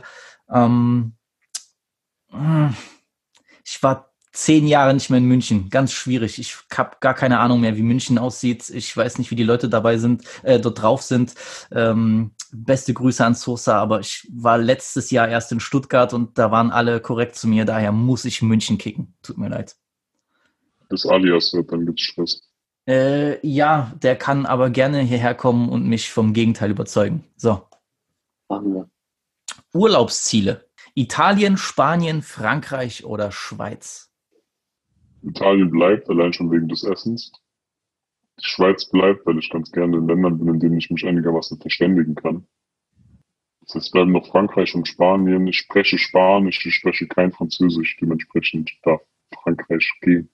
Ich war 10 Jahre nicht mehr in München. Ganz schwierig. Ich habe gar keine Ahnung mehr, wie München aussieht. Ich weiß nicht, wie die Leute dabei sind, dort drauf sind. Beste Grüße an Sosa, aber ich war letztes Jahr erst in Stuttgart und da waren alle korrekt zu mir. Daher muss ich München kicken. Tut mir leid. Das Alias wird, dann gibt's Stress. Ja, der kann aber gerne hierher kommen und mich vom Gegenteil überzeugen. So. Machen wir. Urlaubsziele. Italien, Spanien, Frankreich oder Schweiz? Italien bleibt, allein schon wegen des Essens. Die Schweiz bleibt, weil ich ganz gerne in Ländern bin, in denen ich mich einigermaßen verständigen kann. Das heißt, es bleiben noch Frankreich und Spanien. Ich spreche Spanisch, ich spreche kein Französisch. Dementsprechend darf Frankreich gehen.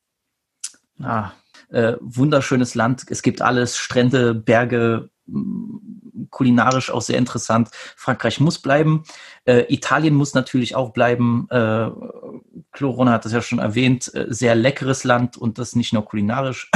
Wunderschönes Land. Es gibt alles, Strände, Berge, kulinarisch auch sehr interessant. Frankreich muss bleiben. Italien muss natürlich auch bleiben. Corona hat das ja schon erwähnt. Sehr leckeres Land und das nicht nur kulinarisch.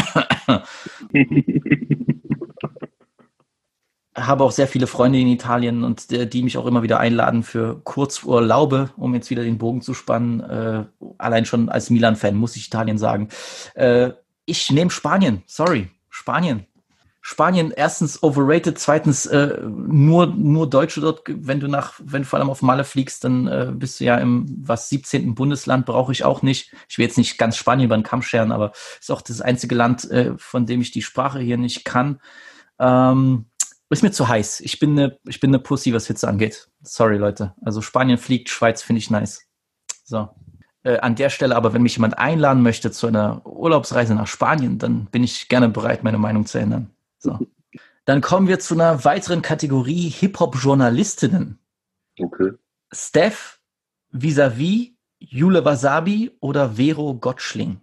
Habe auch sehr viele Freunde in Italien und die mich auch immer wieder einladen für Kurzurlaube, um jetzt wieder den Bogen zu spannen. Allein schon als Milan-Fan muss ich Italien sagen. Ich nehme Spanien. Sorry, Spanien. Spanien, erstens overrated, zweitens nur Deutsche dort. Wenn du vor allem auf Malle fliegst, dann bist du ja im 17. Bundesland, brauche ich auch nicht. Ich will jetzt nicht ganz Spanien über den Kamm scheren, aber ist auch das einzige Land, von dem ich die Sprache hier nicht kann. Ist mir zu heiß. Ich bin eine Pussy, was Hitze angeht. Sorry, Leute. Also Spanien fliegt, Schweiz finde ich nice. So. An der Stelle aber, wenn mich jemand einladen möchte zu einer Urlaubsreise nach Spanien, dann bin ich gerne bereit, meine Meinung zu ändern. So. Dann kommen wir zu einer weiteren Kategorie Hip-Hop-Journalistinnen. Okay. Steph, Vis-a-vis, Jule Wasabi oder Vero Gottschling?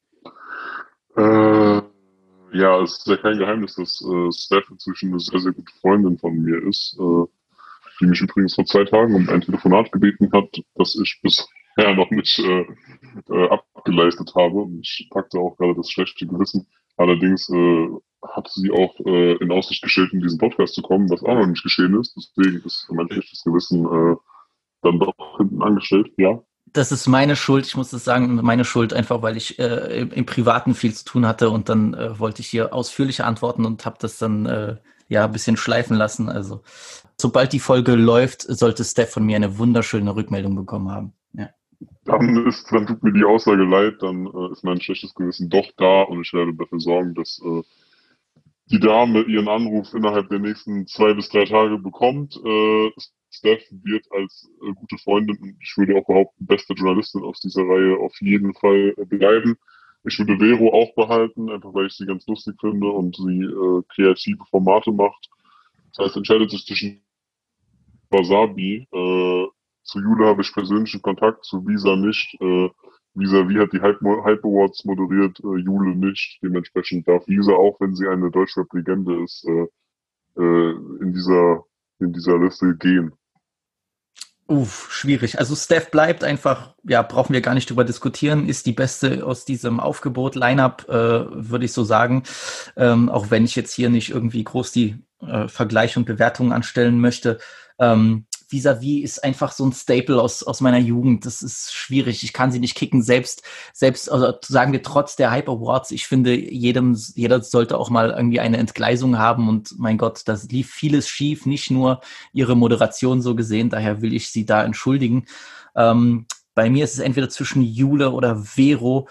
Ja, es ist ja kein Geheimnis, dass Steph inzwischen eine sehr, sehr gute Freundin von mir ist, die mich übrigens vor 2 Tagen um ein Telefonat gebeten hat, das ich bisher noch nicht abgeleistet habe. Und ich packte auch gerade das schlechte Gewissen. Allerdings hat sie auch in Aussicht gestellt, in diesen Podcast zu kommen, was auch noch nicht geschehen ist. Deswegen ist mein schlechtes Gewissen dann doch hinten angestellt, ja. Das ist meine Schuld, ich muss das sagen, meine Schuld, einfach weil ich im Privaten viel zu tun hatte und dann wollte ich hier ausführlicher antworten und habe das dann ein bisschen schleifen lassen. Also sobald die Folge läuft, sollte Steph von mir eine wunderschöne Rückmeldung bekommen haben. Ja. Dann tut mir die Aussage leid, dann ist mein schlechtes Gewissen doch da und ich werde dafür sorgen, dass die Dame ihren Anruf innerhalb der nächsten 2 bis 3 Tage bekommt. Steph wird als gute Freundin und ich würde auch behaupten, beste Journalistin aus dieser Reihe auf jeden Fall bleiben. Ich würde Vero auch behalten, einfach weil ich sie ganz lustig finde und sie kreative Formate macht. Das heißt, entscheidet sich zwischen Wasabi. Zu Jule habe ich persönlichen Kontakt, zu Visa nicht. Vis-a-vis hat die Hype Awards moderiert, Jule nicht. Dementsprechend darf Visa, auch wenn sie eine Deutschrap-Legende ist, in dieser Liste gehen. Schwierig. Also Steph bleibt einfach, ja, brauchen wir gar nicht drüber diskutieren, ist die beste aus diesem Aufgebot, Lineup, würde ich so sagen. Auch wenn ich jetzt hier nicht irgendwie groß die Vergleiche und Bewertungen anstellen möchte. Vis-à-vis ist einfach so ein Staple aus meiner Jugend. Das ist schwierig. Ich kann sie nicht kicken. Selbst, also sagen wir trotz der Hype Awards, ich finde, jeder sollte auch mal irgendwie eine Entgleisung haben. Und mein Gott, das lief vieles schief, nicht nur ihre Moderation so gesehen. Daher will ich sie da entschuldigen. Bei mir ist es entweder zwischen Jule oder Vero.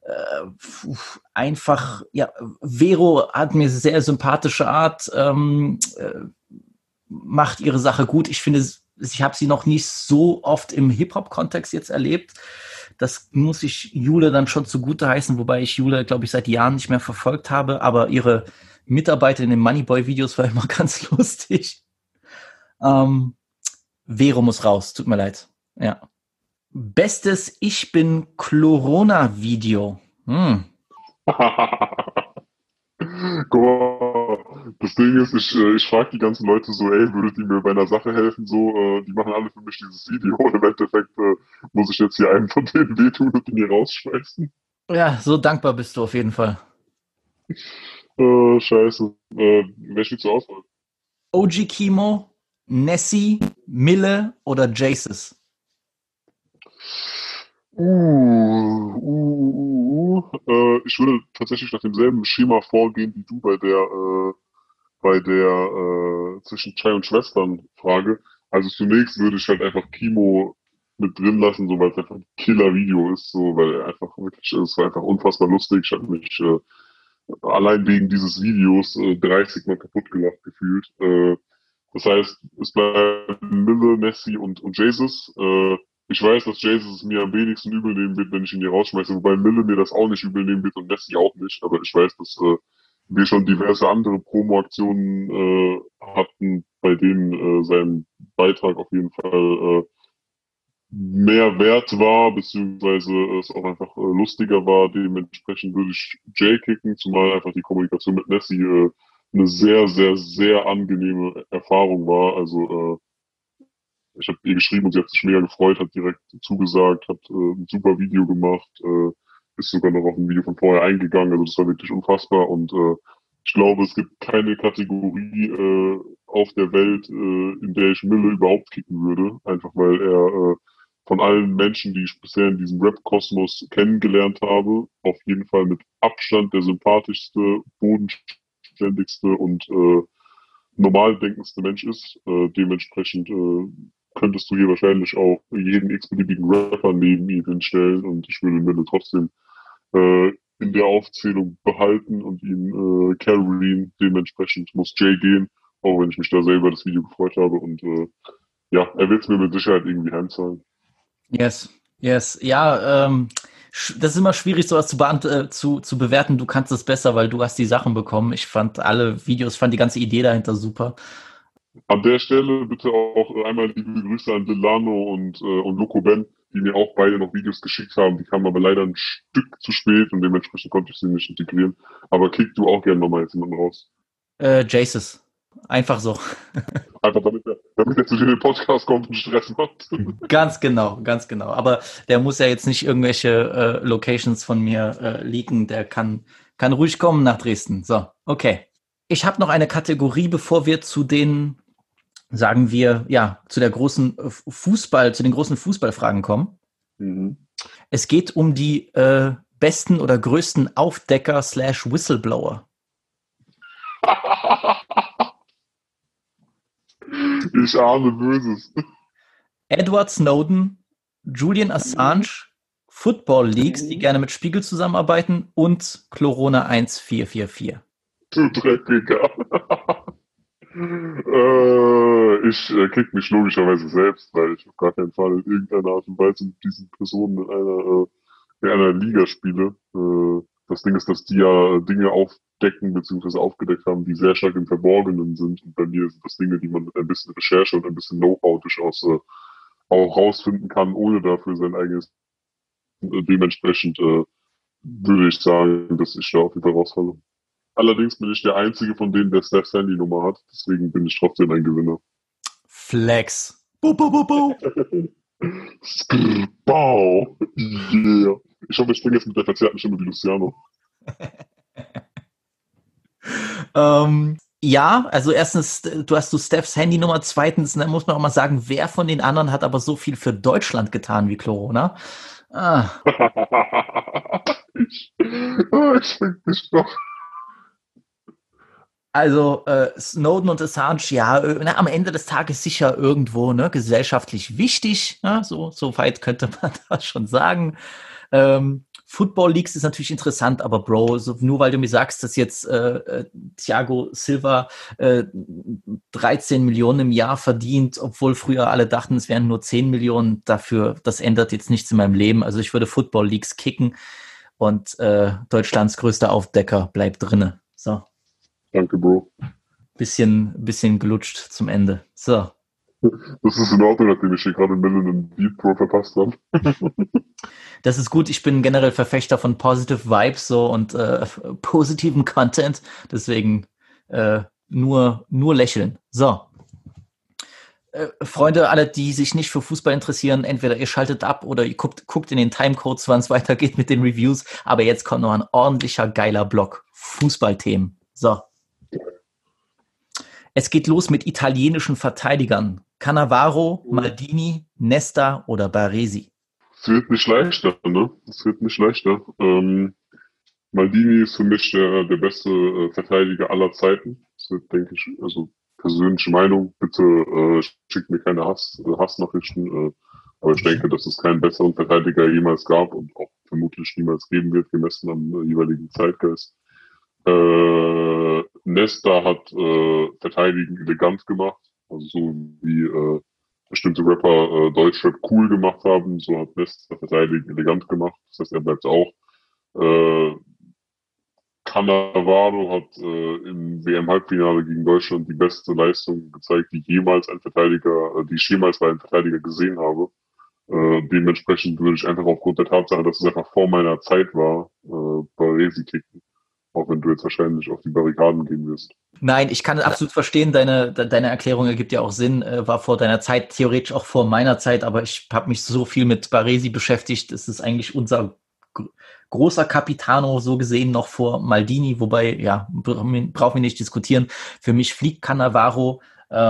Einfach, ja, Vero hat mir sehr sympathische Art, macht ihre Sache gut. Ich finde, ich habe sie noch nicht so oft im Hip-Hop-Kontext jetzt erlebt. Das muss ich Jule dann schon zugute heißen, wobei ich Jule, glaube ich, seit Jahren nicht mehr verfolgt habe, aber ihre Mitarbeit in den Moneyboy-Videos war immer ganz lustig. Vero muss raus, tut mir leid. Ja. Bestes Ich bin Corona-Video. Guck mal, das Ding ist, ich frage die ganzen Leute so, ey, würdet ihr mir bei einer Sache helfen? So, die machen alle für mich dieses Video. Und im Endeffekt muss ich jetzt hier einen von denen wehtun und ihn hier rausschmeißen. Ja, so dankbar bist du auf jeden Fall. Scheiße. Wer steht zur Auswahl? OG Kimo, Nessie, Mille oder Jaces? Ich würde tatsächlich nach demselben Schema vorgehen wie du bei der zwischen Chai und Schwestern Frage. Also zunächst würde ich halt einfach Kimo mit drin lassen, so weil es einfach ein Killer-Video ist, so weil er einfach wirklich, es war einfach unfassbar lustig. Ich habe mich allein wegen dieses Videos 30 Mal kaputt gelacht gefühlt. Das heißt, es bleiben Mille, Messi und Jesus. Ich weiß, dass Jesus es mir am wenigsten übel nehmen wird, wenn ich ihn hier rausschmeiße, wobei Mille mir das auch nicht übel nehmen wird und Messi auch nicht. Aber ich weiß, dass wir schon diverse andere Promo-Aktionen hatten, bei denen sein Beitrag auf jeden Fall mehr wert war, beziehungsweise es auch einfach lustiger war. Dementsprechend würde ich Jay kicken, zumal einfach die Kommunikation mit Messi eine sehr, sehr, sehr angenehme Erfahrung war. Also ich habe ihr geschrieben und sie hat sich mega gefreut, hat direkt zugesagt, hat ein super Video gemacht, ist sogar noch auf ein Video von vorher eingegangen. Also das war wirklich unfassbar und ich glaube, es gibt keine Kategorie auf der Welt, in der ich Mille überhaupt kicken würde. Einfach weil er von allen Menschen, die ich bisher in diesem Rap-Kosmos kennengelernt habe, auf jeden Fall mit Abstand der sympathischste, bodenständigste und normal denkendste Mensch ist. Dementsprechend könntest du hier wahrscheinlich auch jeden x-beliebigen Rapper neben ihn hinstellen und ich würde Mille trotzdem in der Aufzählung behalten und ihn carryen. Dementsprechend muss Jay gehen, auch wenn ich mich da sehr über das Video gefreut habe und ja, er wird es mir mit Sicherheit irgendwie heimzahlen. Yes, yes. Ja, das ist immer schwierig, sowas zu bewerten. Du kannst es besser, weil du hast die Sachen bekommen. Ich fand alle Videos, fand die ganze Idee dahinter super. An der Stelle bitte auch einmal liebe Grüße an Delano und Loco Ben, die mir auch beide noch Videos geschickt haben. Die kamen aber leider ein Stück zu spät und dementsprechend konnte ich sie nicht integrieren. Aber kick du auch gerne nochmal jetzt jemanden raus. Jaces. Einfach so. Einfach damit er zu dir in den Podcast kommt und Stress macht. Ganz genau, ganz genau. Aber der muss ja jetzt nicht irgendwelche Locations von mir leaken. Der kann ruhig kommen nach Dresden. So, okay. Ich habe noch eine Kategorie, bevor wir zu den, sagen wir, ja, zu den großen Fußballfragen kommen. Mhm. Es geht um die besten oder größten Aufdecker / Whistleblower. Ich ahne Böses. Edward Snowden, Julian Assange, Football Leagues, die gerne mit Spiegel zusammenarbeiten und Corona 1444. Du Dreckiger. Ich kick mich logischerweise selbst, weil ich auf gar keinen Fall in irgendeiner Art und Weise mit diesen Personen in einer Liga spiele. Das Ding ist, dass die ja Dinge aufdecken bzw. aufgedeckt haben, die sehr stark im Verborgenen sind. Und bei mir sind das Dinge, die man mit ein bisschen Recherche und ein bisschen Know-how durchaus auch rausfinden kann, ohne dafür sein eigenes. Dementsprechend würde ich sagen, dass ich da auf jeden Fall rausfalle. Allerdings bin ich der Einzige von denen, der Steph's Handy-Nummer hat. Deswegen bin ich trotzdem ein Gewinner. Flex. Bu, bu, bu, bu. Wow. Yeah. Ich hoffe, ich springe jetzt mit der verzerrten Stimme wie Luciano. Ja, also erstens, du Stephs Handynummer, zweitens, da muss man auch mal sagen, wer von den anderen hat aber so viel für Deutschland getan wie Corona? Ah, Ich find dich doch. also Snowden und Assange, ja, am Ende des Tages sicher irgendwo, ne, gesellschaftlich wichtig, ja, so weit könnte man das schon sagen. Football Leagues ist natürlich interessant, aber Bro, so, nur weil du mir sagst, dass jetzt Thiago Silva 13 Millionen im Jahr verdient, obwohl früher alle dachten, es wären nur 10 Millionen, das ändert jetzt nichts in meinem Leben. Also ich würde Football Leagues kicken und Deutschlands größter Aufdecker bleibt drinne. So, Danke, Bro. bisschen gelutscht zum Ende. So. Das ist in Ordnung, nachdem ich hier gerade Mille einen Beat Pro verpasst habe. Das ist gut. Ich bin generell Verfechter von Positive Vibes so und positiven Content. Deswegen nur lächeln. So. Freunde, alle, die sich nicht für Fußball interessieren, entweder ihr schaltet ab oder ihr guckt in den Timecodes, wann es weitergeht mit den Reviews. Aber jetzt kommt noch ein ordentlicher, geiler Block. Fußballthemen. So. Es geht los mit italienischen Verteidigern. Cannavaro, Maldini, Nesta oder Baresi. Es wird nicht leichter, ne? Es wird nicht leichter. Maldini ist für mich der beste Verteidiger aller Zeiten. Das wird, denke ich, also persönliche Meinung. Bitte schickt mir keine Hassnachrichten. Aber ich denke, dass es keinen besseren Verteidiger jemals gab und auch vermutlich niemals geben wird, gemessen am jeweiligen Zeitgeist. Nesta hat Verteidigen elegant gemacht, also so wie bestimmte Rapper Deutschrap cool gemacht haben, so hat Nesta Verteidigen elegant gemacht. Das heißt, er bleibt auch. Äh, Cannavaro hat im WM-Halbfinale gegen Deutschland die beste Leistung gezeigt, die ich jemals bei einem Verteidiger gesehen habe. Dementsprechend würde ich einfach aufgrund der Tatsache, dass es einfach vor meiner Zeit war, Baresi kicken. Auch wenn du jetzt wahrscheinlich auf die Barrikaden gehen wirst. Nein, ich kann absolut verstehen, deine Erklärung ergibt ja auch Sinn, war vor deiner Zeit, theoretisch auch vor meiner Zeit, aber ich habe mich so viel mit Baresi beschäftigt, es ist eigentlich unser großer Capitano, so gesehen noch vor Maldini, wobei, ja, brauchen wir nicht diskutieren. Für mich fliegt Cannavaro,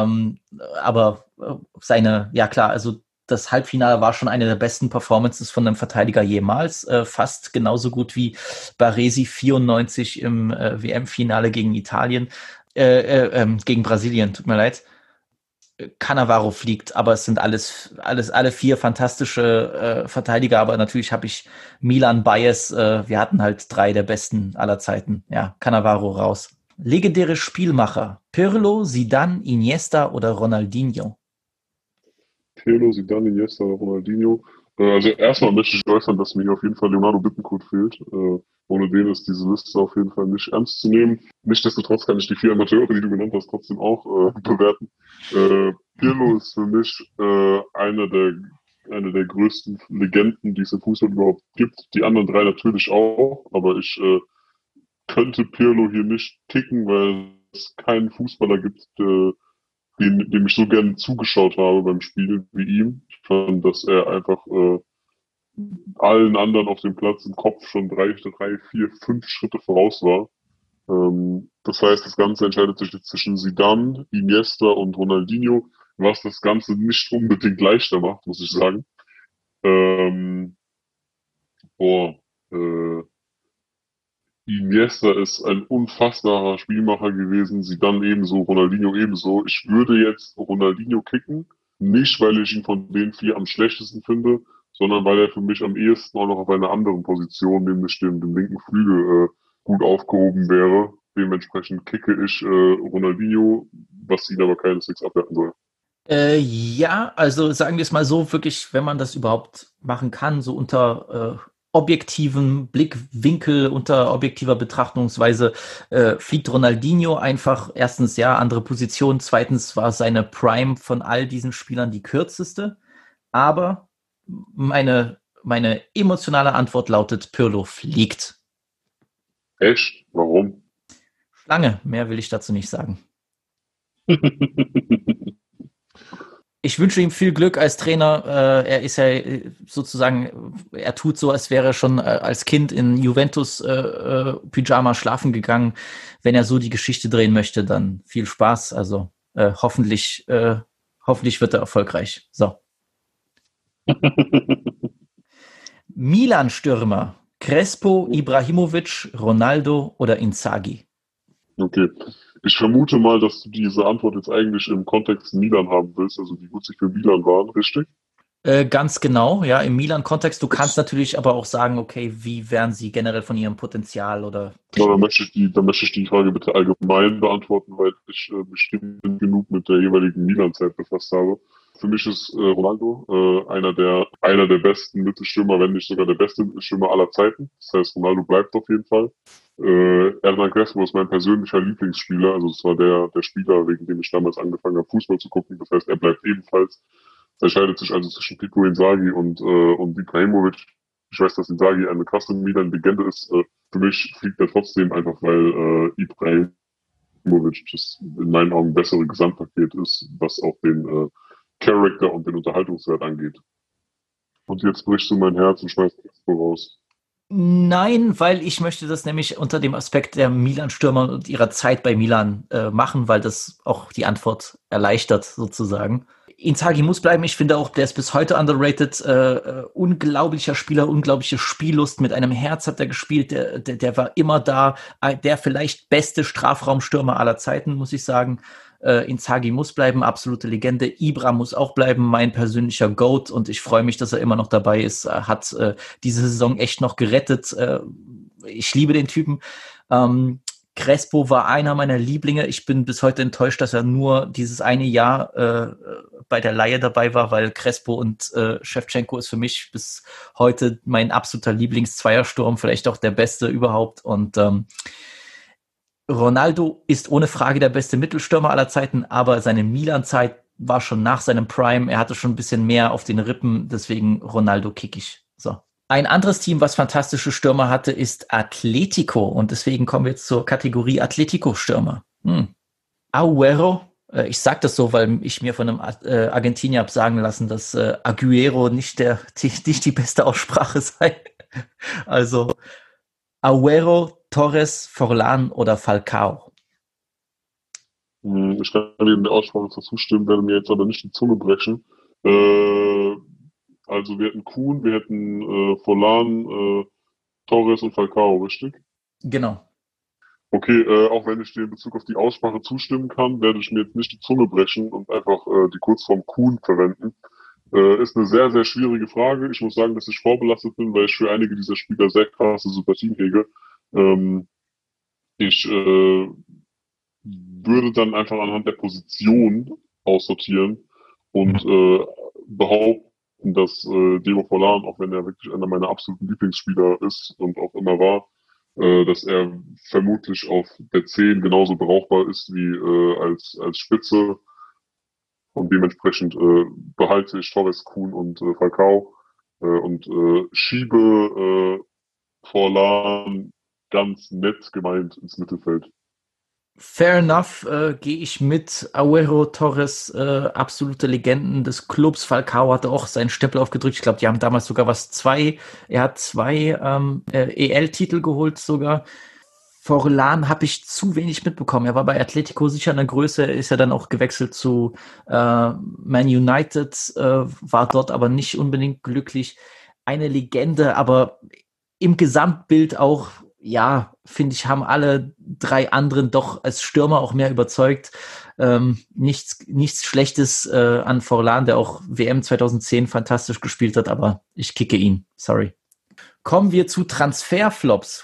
aber ja klar, also das Halbfinale war schon eine der besten Performances von einem Verteidiger jemals. Fast genauso gut wie Baresi 94 im WM-Finale gegen Italien, gegen Brasilien, tut mir leid. Cannavaro fliegt, aber es sind alle vier fantastische Verteidiger, aber natürlich habe ich Milan Bias, wir hatten halt 3 der besten aller Zeiten. Ja, Cannavaro raus. Legendäre Spielmacher. Pirlo, Zidane, Iniesta oder Ronaldinho? Pirlo, Zidane, Iniesta, Ronaldinho. Also erstmal möchte ich äußern, dass mir hier auf jeden Fall Leonardo Bittencourt fehlt. Ohne den ist diese Liste auf jeden Fall nicht ernst zu nehmen. Nichtsdestotrotz kann ich die 4 Amateure, die du genannt hast, trotzdem auch bewerten. Pirlo ist für mich eine der größten Legenden, die es im Fußball überhaupt gibt. Die anderen 3 natürlich auch, aber ich könnte Pirlo hier nicht kicken, weil es keinen Fußballer gibt, dem ich so gerne zugeschaut habe beim Spielen wie ihm. Ich fand, dass er einfach allen anderen auf dem Platz im Kopf schon 3, 4, 5 Schritte voraus war. Das heißt, das Ganze entscheidet sich jetzt zwischen Zidane, Iniesta und Ronaldinho, was das Ganze nicht unbedingt leichter macht, muss ich sagen. Boah, Iniesta ist ein unfassbarer Spielmacher gewesen, Zidane ebenso, Ronaldinho ebenso. Ich würde jetzt Ronaldinho kicken, nicht weil ich ihn von den 4 am schlechtesten finde, sondern weil er für mich am ehesten auch noch auf einer anderen Position, nämlich dem linken Flügel, gut aufgehoben wäre. Dementsprechend kicke ich Ronaldinho, was ihn aber keineswegs abwerten soll. Ja, also sagen wir es mal so, wirklich, wenn man das überhaupt machen kann, so unter objektiven Blickwinkel, unter objektiver Betrachtungsweise, fliegt Ronaldinho einfach, erstens, ja, andere Position, zweitens war seine Prime von all diesen Spielern die kürzeste, aber meine emotionale Antwort lautet, Pirlo fliegt. Echt? Warum? Schlange, mehr will ich dazu nicht sagen. Ich wünsche ihm viel Glück als Trainer. Er ist ja sozusagen, er tut so, als wäre er schon als Kind in Juventus Pyjama schlafen gegangen. Wenn er so die Geschichte drehen möchte, dann viel Spaß. Also hoffentlich wird er erfolgreich. So. Milan-Stürmer. Crespo, Ibrahimovic, Ronaldo oder Inzaghi? Okay. Ich vermute mal, dass du diese Antwort jetzt eigentlich im Kontext Milan haben willst, also wie gut sie für Milan waren, richtig? Ganz genau, ja, im Milan-Kontext. Du kannst natürlich aber auch sagen, okay, wie wären sie generell von ihrem Potenzial oder. Genau, dann möchte ich die Frage bitte allgemein beantworten, weil ich mich nicht genug mit der jeweiligen Milan-Zeit befasst habe. Für mich ist Ronaldo einer der besten Mittelstürmer, wenn nicht sogar der beste Mittelstürmer aller Zeiten. Das heißt, Ronaldo bleibt auf jeden Fall. Hernan Crespo ist mein persönlicher Lieblingsspieler, also es war der Spieler, wegen dem ich damals angefangen habe, Fußball zu gucken. Das heißt, er bleibt ebenfalls. Es entscheidet sich also zwischen Pipo Inzaghi und Ibrahimovic. Ich weiß, dass Inzaghi eine krasse Milan-Legende ist. Für mich fliegt er trotzdem einfach, weil Ibrahimovic das in meinen Augen bessere Gesamtpaket ist, was auch den Charakter und den Unterhaltungswert angeht. Und jetzt brichst du mein Herz und schmeißt Crespo raus. Nein, weil ich möchte das nämlich unter dem Aspekt der Milan-Stürmer und ihrer Zeit bei Milan machen, weil das auch die Antwort erleichtert sozusagen. Inzaghi muss bleiben. Ich finde auch, der ist bis heute underrated. Unglaublicher Spieler, unglaubliche Spiellust. Mit einem Herz hat er gespielt. Der war immer da. Der vielleicht beste Strafraumstürmer aller Zeiten, muss ich sagen. Inzaghi muss bleiben, absolute Legende. Ibra muss auch bleiben, mein persönlicher Goat. Und ich freue mich, dass er immer noch dabei ist. Er hat diese Saison echt noch gerettet. Ich liebe den Typen. Crespo war einer meiner Lieblinge. Ich bin bis heute enttäuscht, dass er nur dieses eine Jahr bei der Leihe dabei war, weil Crespo und Ševčenko ist für mich bis heute mein absoluter Lieblings-Zweiersturm, vielleicht auch der beste überhaupt. Und Ronaldo ist ohne Frage der beste Mittelstürmer aller Zeiten, aber seine Milan-Zeit war schon nach seinem Prime. Er hatte schon ein bisschen mehr auf den Rippen, deswegen Ronaldo kick ich. So. Ein anderes Team, was fantastische Stürmer hatte, ist Atletico. Und deswegen kommen wir jetzt zur Kategorie Atletico-Stürmer. Agüero, ich sage das so, weil ich mir von einem Argentinier habe sagen lassen, dass Agüero nicht die beste Aussprache sei. Also Agüero, Torres, Forlan oder Falcao? Ich kann dir in der Aussprache dazu zustimmen, werde mir jetzt aber nicht die Zunge brechen. Also wir hätten Kuhn, wir hätten Forlan, Torres und Falcao, richtig? Genau. Okay, auch wenn ich dir in Bezug auf die Aussprache zustimmen kann, werde ich mir jetzt nicht die Zunge brechen und einfach die Kurzform Kuhn verwenden. Ist eine sehr, sehr schwierige Frage. Ich muss sagen, dass ich vorbelastet bin, weil ich für einige dieser Spieler sehr krasse Sympathien hege. Ich würde dann einfach anhand der Position aussortieren und behaupten, dass Diego Forlan, auch wenn er wirklich einer meiner absoluten Lieblingsspieler ist und auch immer war, dass er vermutlich auf der 10 genauso brauchbar ist wie als Spitze. Und dementsprechend behalte ich Torres, Kuhn und Falcao und schiebe Forlan ganz nett gemeint ins Mittelfeld. Fair enough, gehe ich mit. Agüero, Torres, absolute Legenden des Clubs. Falcao hatte auch seinen Stempel aufgedrückt. Ich glaube, die haben damals sogar er hat zwei EL-Titel geholt sogar. Forlan habe ich zu wenig mitbekommen. Er war bei Atletico sicher eine Größe, ist ja dann auch gewechselt zu Man United, war dort aber nicht unbedingt glücklich. Eine Legende, aber im Gesamtbild auch, ja, finde ich, haben alle drei anderen doch als Stürmer auch mehr überzeugt. Nichts Schlechtes an Forlan, der auch WM 2010 fantastisch gespielt hat, aber ich kicke ihn. Sorry. Kommen wir zu Transferflops.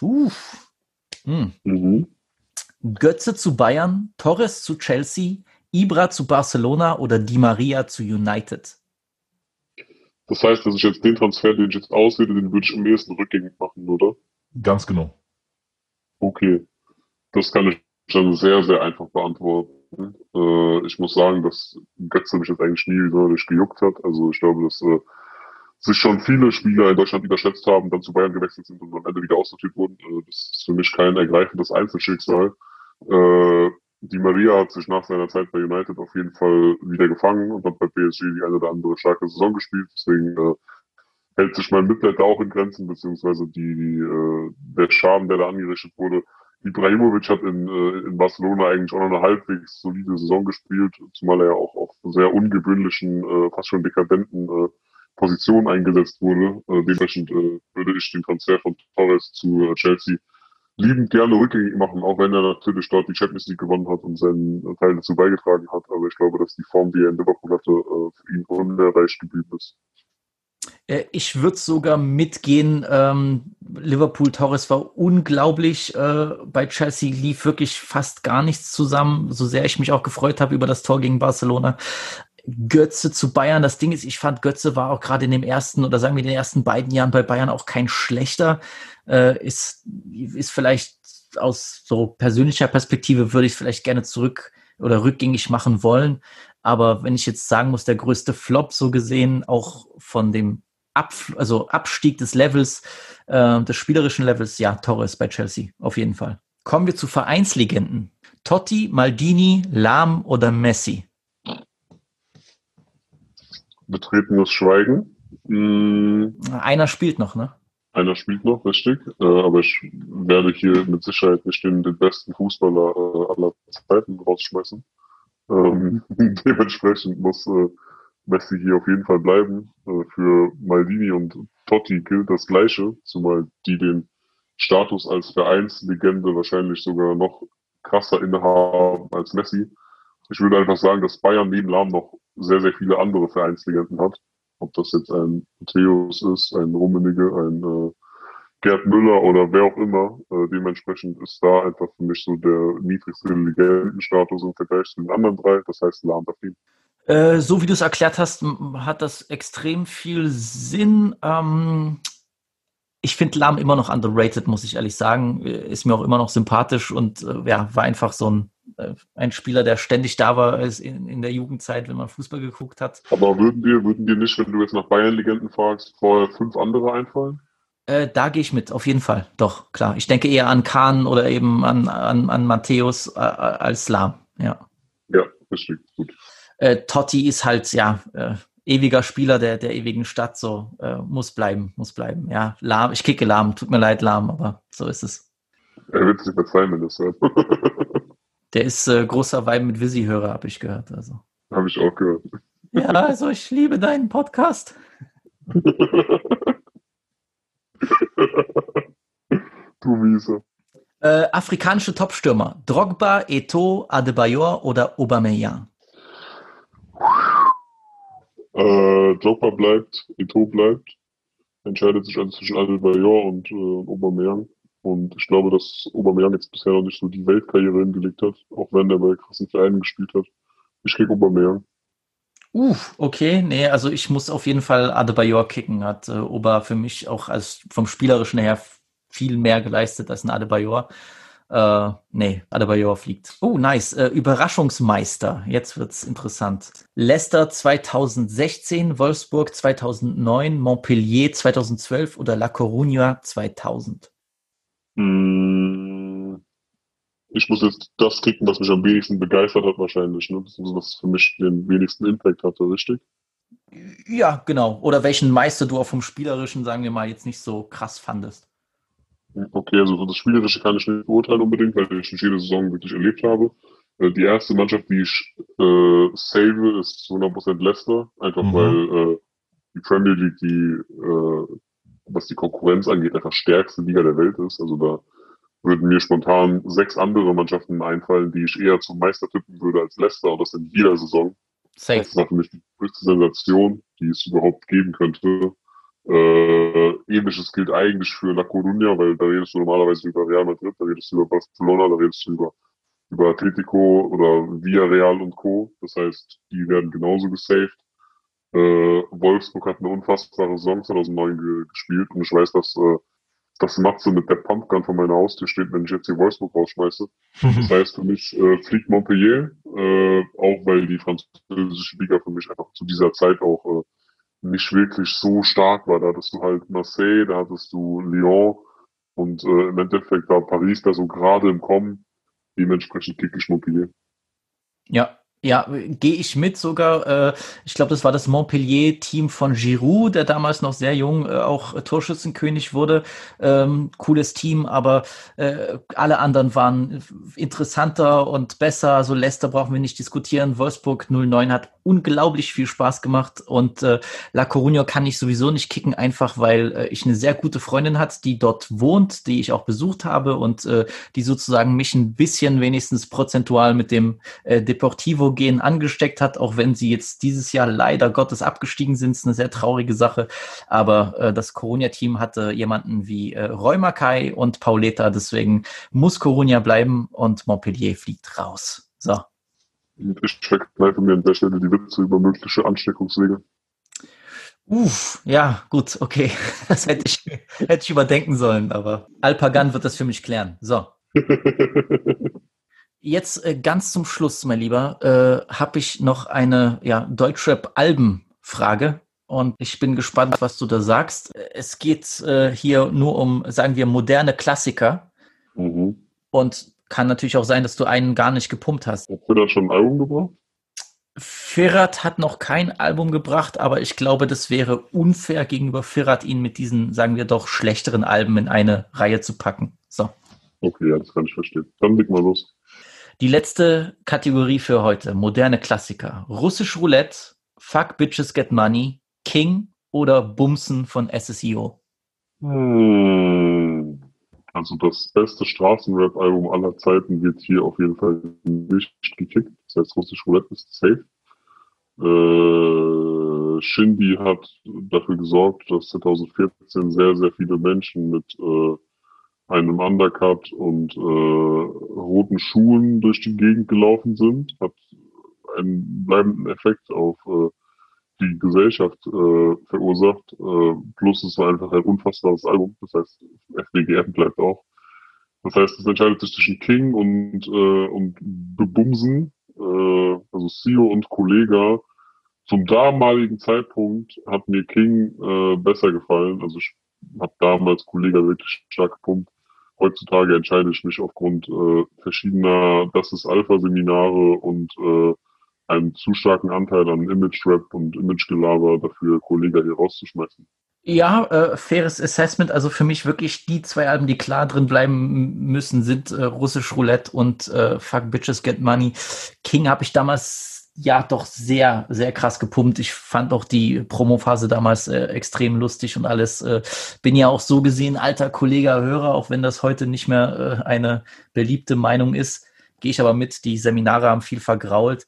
Götze zu Bayern, Torres zu Chelsea, Ibra zu Barcelona oder Di Maria zu United? Das heißt, dass ich jetzt den Transfer, den ich jetzt auswähle, den würde ich am ehesten rückgängig machen, oder? Ganz genau. Okay, das kann ich dann sehr, sehr einfach beantworten. Ich muss sagen, dass Götze mich jetzt eigentlich nie sonderlich gejuckt hat. Also ich glaube, dass sich schon viele Spieler in Deutschland überschätzt haben, dann zu Bayern gewechselt sind und am Ende wieder aussortiert wurden. Das ist für mich kein ergreifendes Einzelschicksal. Di Maria hat sich nach seiner Zeit bei United auf jeden Fall wieder gefangen und hat bei PSG die eine oder andere starke Saison gespielt. Deswegen hält sich mein Mitleid da auch in Grenzen, beziehungsweise der Schaden, der da angerichtet wurde. Ibrahimovic hat in Barcelona eigentlich auch noch eine halbwegs solide Saison gespielt, zumal er ja auch auf sehr ungewöhnlichen, fast schon dekadenten Positionen eingesetzt wurde. Dementsprechend würde ich den Transfer von Torres zu Chelsea liebend gerne rückgängig machen, auch wenn er natürlich dort die Champions League gewonnen hat und seinen Teil dazu beigetragen hat. Aber ich glaube, dass die Form, die er in Liverpool hatte, für ihn unerreicht geblieben ist. Ich würde sogar mitgehen. Liverpool Torres war unglaublich. Bei Chelsea lief wirklich fast gar nichts zusammen, so sehr ich mich auch gefreut habe über das Tor gegen Barcelona. Götze zu Bayern, das Ding ist, ich fand, Götze war auch gerade in dem ersten oder sagen wir den ersten beiden Jahren bei Bayern auch kein schlechter. Ist vielleicht aus so persönlicher Perspektive würde ich es vielleicht gerne zurück oder rückgängig machen wollen. Aber wenn ich jetzt sagen muss, der größte Flop so gesehen, auch von dem Abstieg des Levels, des spielerischen Levels, ja, Torres bei Chelsea, auf jeden Fall. Kommen wir zu Vereinslegenden. Totti, Maldini, Lahm oder Messi? Betretenes Schweigen. Einer spielt noch, ne? Einer spielt noch, richtig. Aber ich werde hier mit Sicherheit nicht den besten Fußballer aller Zeiten rausschmeißen. Dementsprechend muss Messi hier auf jeden Fall bleiben. Für Maldini und Totti gilt das Gleiche, zumal die den Status als Vereinslegende wahrscheinlich sogar noch krasser innehaben als Messi. Ich würde einfach sagen, dass Bayern neben Lahm noch sehr, sehr viele andere Vereinslegenden hat. Ob das jetzt ein Matthäus ist, ein Rummenigge, ein Gerd Müller oder wer auch immer. Dementsprechend ist da einfach für mich so der niedrigste Legendenstatus im Vergleich zu den anderen drei. Das heißt, Lahm verdient. So wie du es erklärt hast, hat das extrem viel Sinn. Ich finde Lahm immer noch underrated, muss ich ehrlich sagen. Ist mir auch immer noch sympathisch und ja, war einfach so ein Spieler, der ständig da war in der Jugendzeit, wenn man Fußball geguckt hat. Aber würden dir nicht, wenn du jetzt nach Bayern-Legenden fragst, vorher 5 andere einfallen? Da gehe ich mit, auf jeden Fall. Doch, klar. Ich denke eher an Kahn oder eben an Matthäus als Lahm, ja. Ja, richtig, gut. Totti ist halt, ja, ewiger Spieler der ewigen Stadt, so, muss bleiben. Ja, Lahm, ich kicke Lahm, tut mir leid, Lahm, aber so ist es. Er wird es nicht verzeihen, wenn das hört. Der ist großer Weib mit Visi-Hörer, habe ich gehört. Also. Habe ich auch gehört. Ja, also ich liebe deinen Podcast. Du Miese. Afrikanische Topstürmer. Drogba, Eto'o, Adebayor oder Aubameyang? Drogba bleibt, Eto'o bleibt. Entscheidet sich also zwischen Adebayor und Aubameyang. Und ich glaube, dass Aubameyang jetzt bisher noch nicht so die Weltkarriere hingelegt hat, auch wenn er bei krassen Vereinen gespielt hat. Ich krieg Aubameyang. Okay, nee, also ich muss auf jeden Fall Adebayor kicken. Hat Oba für mich auch als vom Spielerischen her viel mehr geleistet als ein Adebayor. Nee, Adebayor fliegt. Oh, nice. Überraschungsmeister. Jetzt wird's interessant. Leicester 2016, Wolfsburg 2009, Montpellier 2012 oder La Coruña 2000? Ich muss jetzt das kicken, was mich am wenigsten begeistert hat wahrscheinlich, ne? Das ist, was für mich den wenigsten Impact hatte, richtig? Ja, genau. Oder welchen Meister du auch vom Spielerischen, sagen wir mal, jetzt nicht so krass fandest. Okay, also das Spielerische kann ich nicht beurteilen unbedingt, weil ich nicht jede Saison wirklich erlebt habe. Die erste Mannschaft, die ich save, ist zu 100% Leicester, einfach weil die Premier League was die Konkurrenz angeht, einfach stärkste Liga der Welt ist. Also da würden mir spontan 6 andere Mannschaften einfallen, die ich eher zum Meister tippen würde als Leicester, und das in jeder Saison. Safe. Das war für mich die größte Sensation, die es überhaupt geben könnte. Ähnliches gilt eigentlich für La Coruña, weil da redest du normalerweise über Real Madrid, da redest du über Barcelona, da redest du über Atletico oder Villarreal und Co. Das heißt, die werden genauso gesaved. Wolfsburg hat eine unfassbare Saison 2009 gespielt, und ich weiß, dass das Matze mit der Pumpgun von meiner Haustür steht, wenn ich jetzt hier Wolfsburg rausschmeiße. Das heißt für mich fliegt Montpellier, auch weil die französische Liga für mich einfach zu dieser Zeit auch nicht wirklich so stark war. Da hattest du halt Marseille, da hattest du Lyon und im Endeffekt war Paris da so gerade im Kommen. Dementsprechend kicke ich Montpellier. Ja, gehe ich mit sogar. Ich glaube, das war das Montpellier-Team von Giroud, der damals noch sehr jung auch Torschützenkönig wurde. Cooles Team, aber alle anderen waren interessanter und besser. Also Leicester brauchen wir nicht diskutieren. Wolfsburg 09 hat unglaublich viel Spaß gemacht und La Coruña kann ich sowieso nicht kicken, einfach weil ich eine sehr gute Freundin hat, die dort wohnt, die ich auch besucht habe und die sozusagen mich ein bisschen wenigstens prozentual mit dem Deportivo gehen angesteckt hat, auch wenn sie jetzt dieses Jahr leider Gottes abgestiegen sind, ist eine sehr traurige Sache, aber das Coruña-Team hatte jemanden wie Roy Mackay und Pauleta, deswegen muss Coruña bleiben und Montpellier fliegt raus. So. Ich verkneife mir an der Stelle die Witze über mögliche Ansteckungswege. Ja, gut, okay. Das hätte ich überdenken sollen, aber Alpagan wird das für mich klären. So. Jetzt ganz zum Schluss, mein Lieber, habe ich noch eine Deutschrap-Alben-Frage und ich bin gespannt, was du da sagst. Es geht hier nur um, sagen wir, moderne Klassiker und kann natürlich auch sein, dass du einen gar nicht gepumpt hast. Hast du da schon ein Album gebracht? Ferhat hat noch kein Album gebracht, aber ich glaube, das wäre unfair gegenüber Ferhat, ihn mit diesen, sagen wir doch, schlechteren Alben in eine Reihe zu packen. So. Okay, ja, das kann ich verstehen. Dann leg mal los. Die letzte Kategorie für heute, moderne Klassiker. Russisch Roulette, Fuck Bitches Get Money, King oder Bumsen von SSIO? Also das beste Straßenrap-Album aller Zeiten wird hier auf jeden Fall nicht gekickt. Das heißt, Russisch Roulette ist safe. Shindy hat dafür gesorgt, dass 2014 sehr, sehr viele Menschen mit einem Undercut und roten Schuhen durch die Gegend gelaufen sind, hat einen bleibenden Effekt auf die Gesellschaft verursacht. Plus es war einfach ein unfassbares Album. Das heißt, FDGM bleibt auch. Das heißt, es entscheidet sich zwischen King und Bebumsen. Also Sio und Kollega. Zum damaligen Zeitpunkt hat mir King besser gefallen. Also ich habe damals Kollega wirklich stark gepumpt. Heutzutage entscheide ich mich aufgrund verschiedener Das ist Alpha-Seminare und einen zu starken Anteil an Image-Rap und Image-Gelaber dafür, Kollega hier rauszuschmeißen. Ja, faires Assessment. Also für mich wirklich die zwei Alben, die klar drin bleiben müssen, sind Russisch Roulette und Fuck Bitches Get Money. King habe ich damals ja doch sehr, sehr krass gepumpt. Ich fand auch die Promophase damals extrem lustig und alles. Bin ja auch so gesehen alter Kollege Hörer, auch wenn das heute nicht mehr eine beliebte Meinung ist. Gehe ich aber mit, die Seminare haben viel vergrault.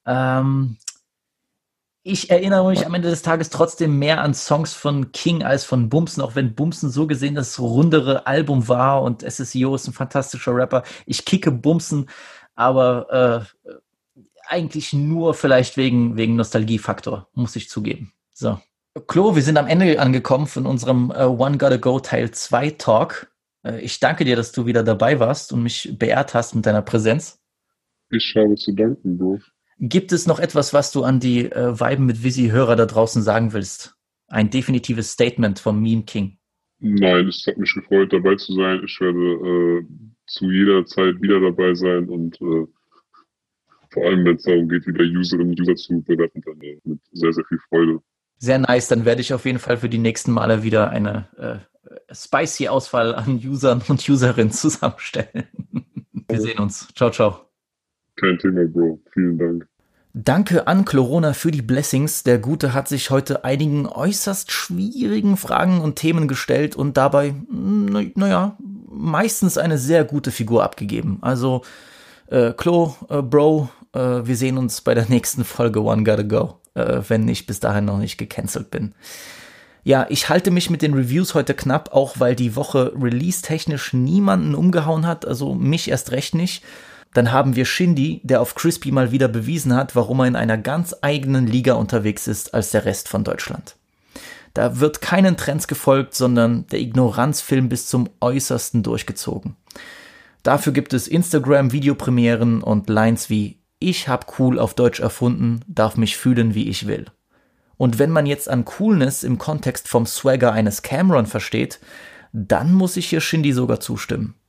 Ich erinnere mich am Ende des Tages trotzdem mehr an Songs von King als von Bumsen, auch wenn Bumsen so gesehen das rundere Album war und SSIO ist ein fantastischer Rapper. Ich kicke Bumsen, aber eigentlich nur vielleicht wegen Nostalgiefaktor, muss ich zugeben. So. Klo, wir sind am Ende angekommen von unserem One Gotta Go Teil 2 Talk. Ich danke dir, dass du wieder dabei warst und mich beehrt hast mit deiner Präsenz. Ich habe zu danken, Bro. Gibt es noch etwas, was du an die Viben mit Visi-Hörer da draußen sagen willst? Ein definitives Statement vom Meme King. Nein, es hat mich gefreut, dabei zu sein. Ich werde zu jeder Zeit wieder dabei sein und vor allem, wenn es darum geht, wieder Userinnen und User zu bewerten, dann mit sehr, sehr viel Freude. Sehr nice, dann werde ich auf jeden Fall für die nächsten Male wieder eine spicy Auswahl an Usern und Userinnen zusammenstellen. Wir sehen uns. Ciao, ciao. Kein Thema, Bro. Vielen Dank. Danke an Chlorona für die Blessings. Der Gute hat sich heute einigen äußerst schwierigen Fragen und Themen gestellt und dabei, meistens eine sehr gute Figur abgegeben. Also, Klo, Bro, wir sehen uns bei der nächsten Folge One Gotta Go, wenn ich bis dahin noch nicht gecancelt bin. Ja, ich halte mich mit den Reviews heute knapp, auch weil die Woche release-technisch niemanden umgehauen hat, also mich erst recht nicht. Dann haben wir Shindy, der auf Crispy mal wieder bewiesen hat, warum er in einer ganz eigenen Liga unterwegs ist als der Rest von Deutschland. Da wird keinen Trends gefolgt, sondern der Ignoranzfilm bis zum Äußersten durchgezogen. Dafür gibt es Instagram-Videopremieren und Lines wie „Ich hab cool auf Deutsch erfunden, darf mich fühlen, wie ich will". Und wenn man jetzt an Coolness im Kontext vom Swagger eines Cameron versteht, dann muss ich hier Shindy sogar zustimmen.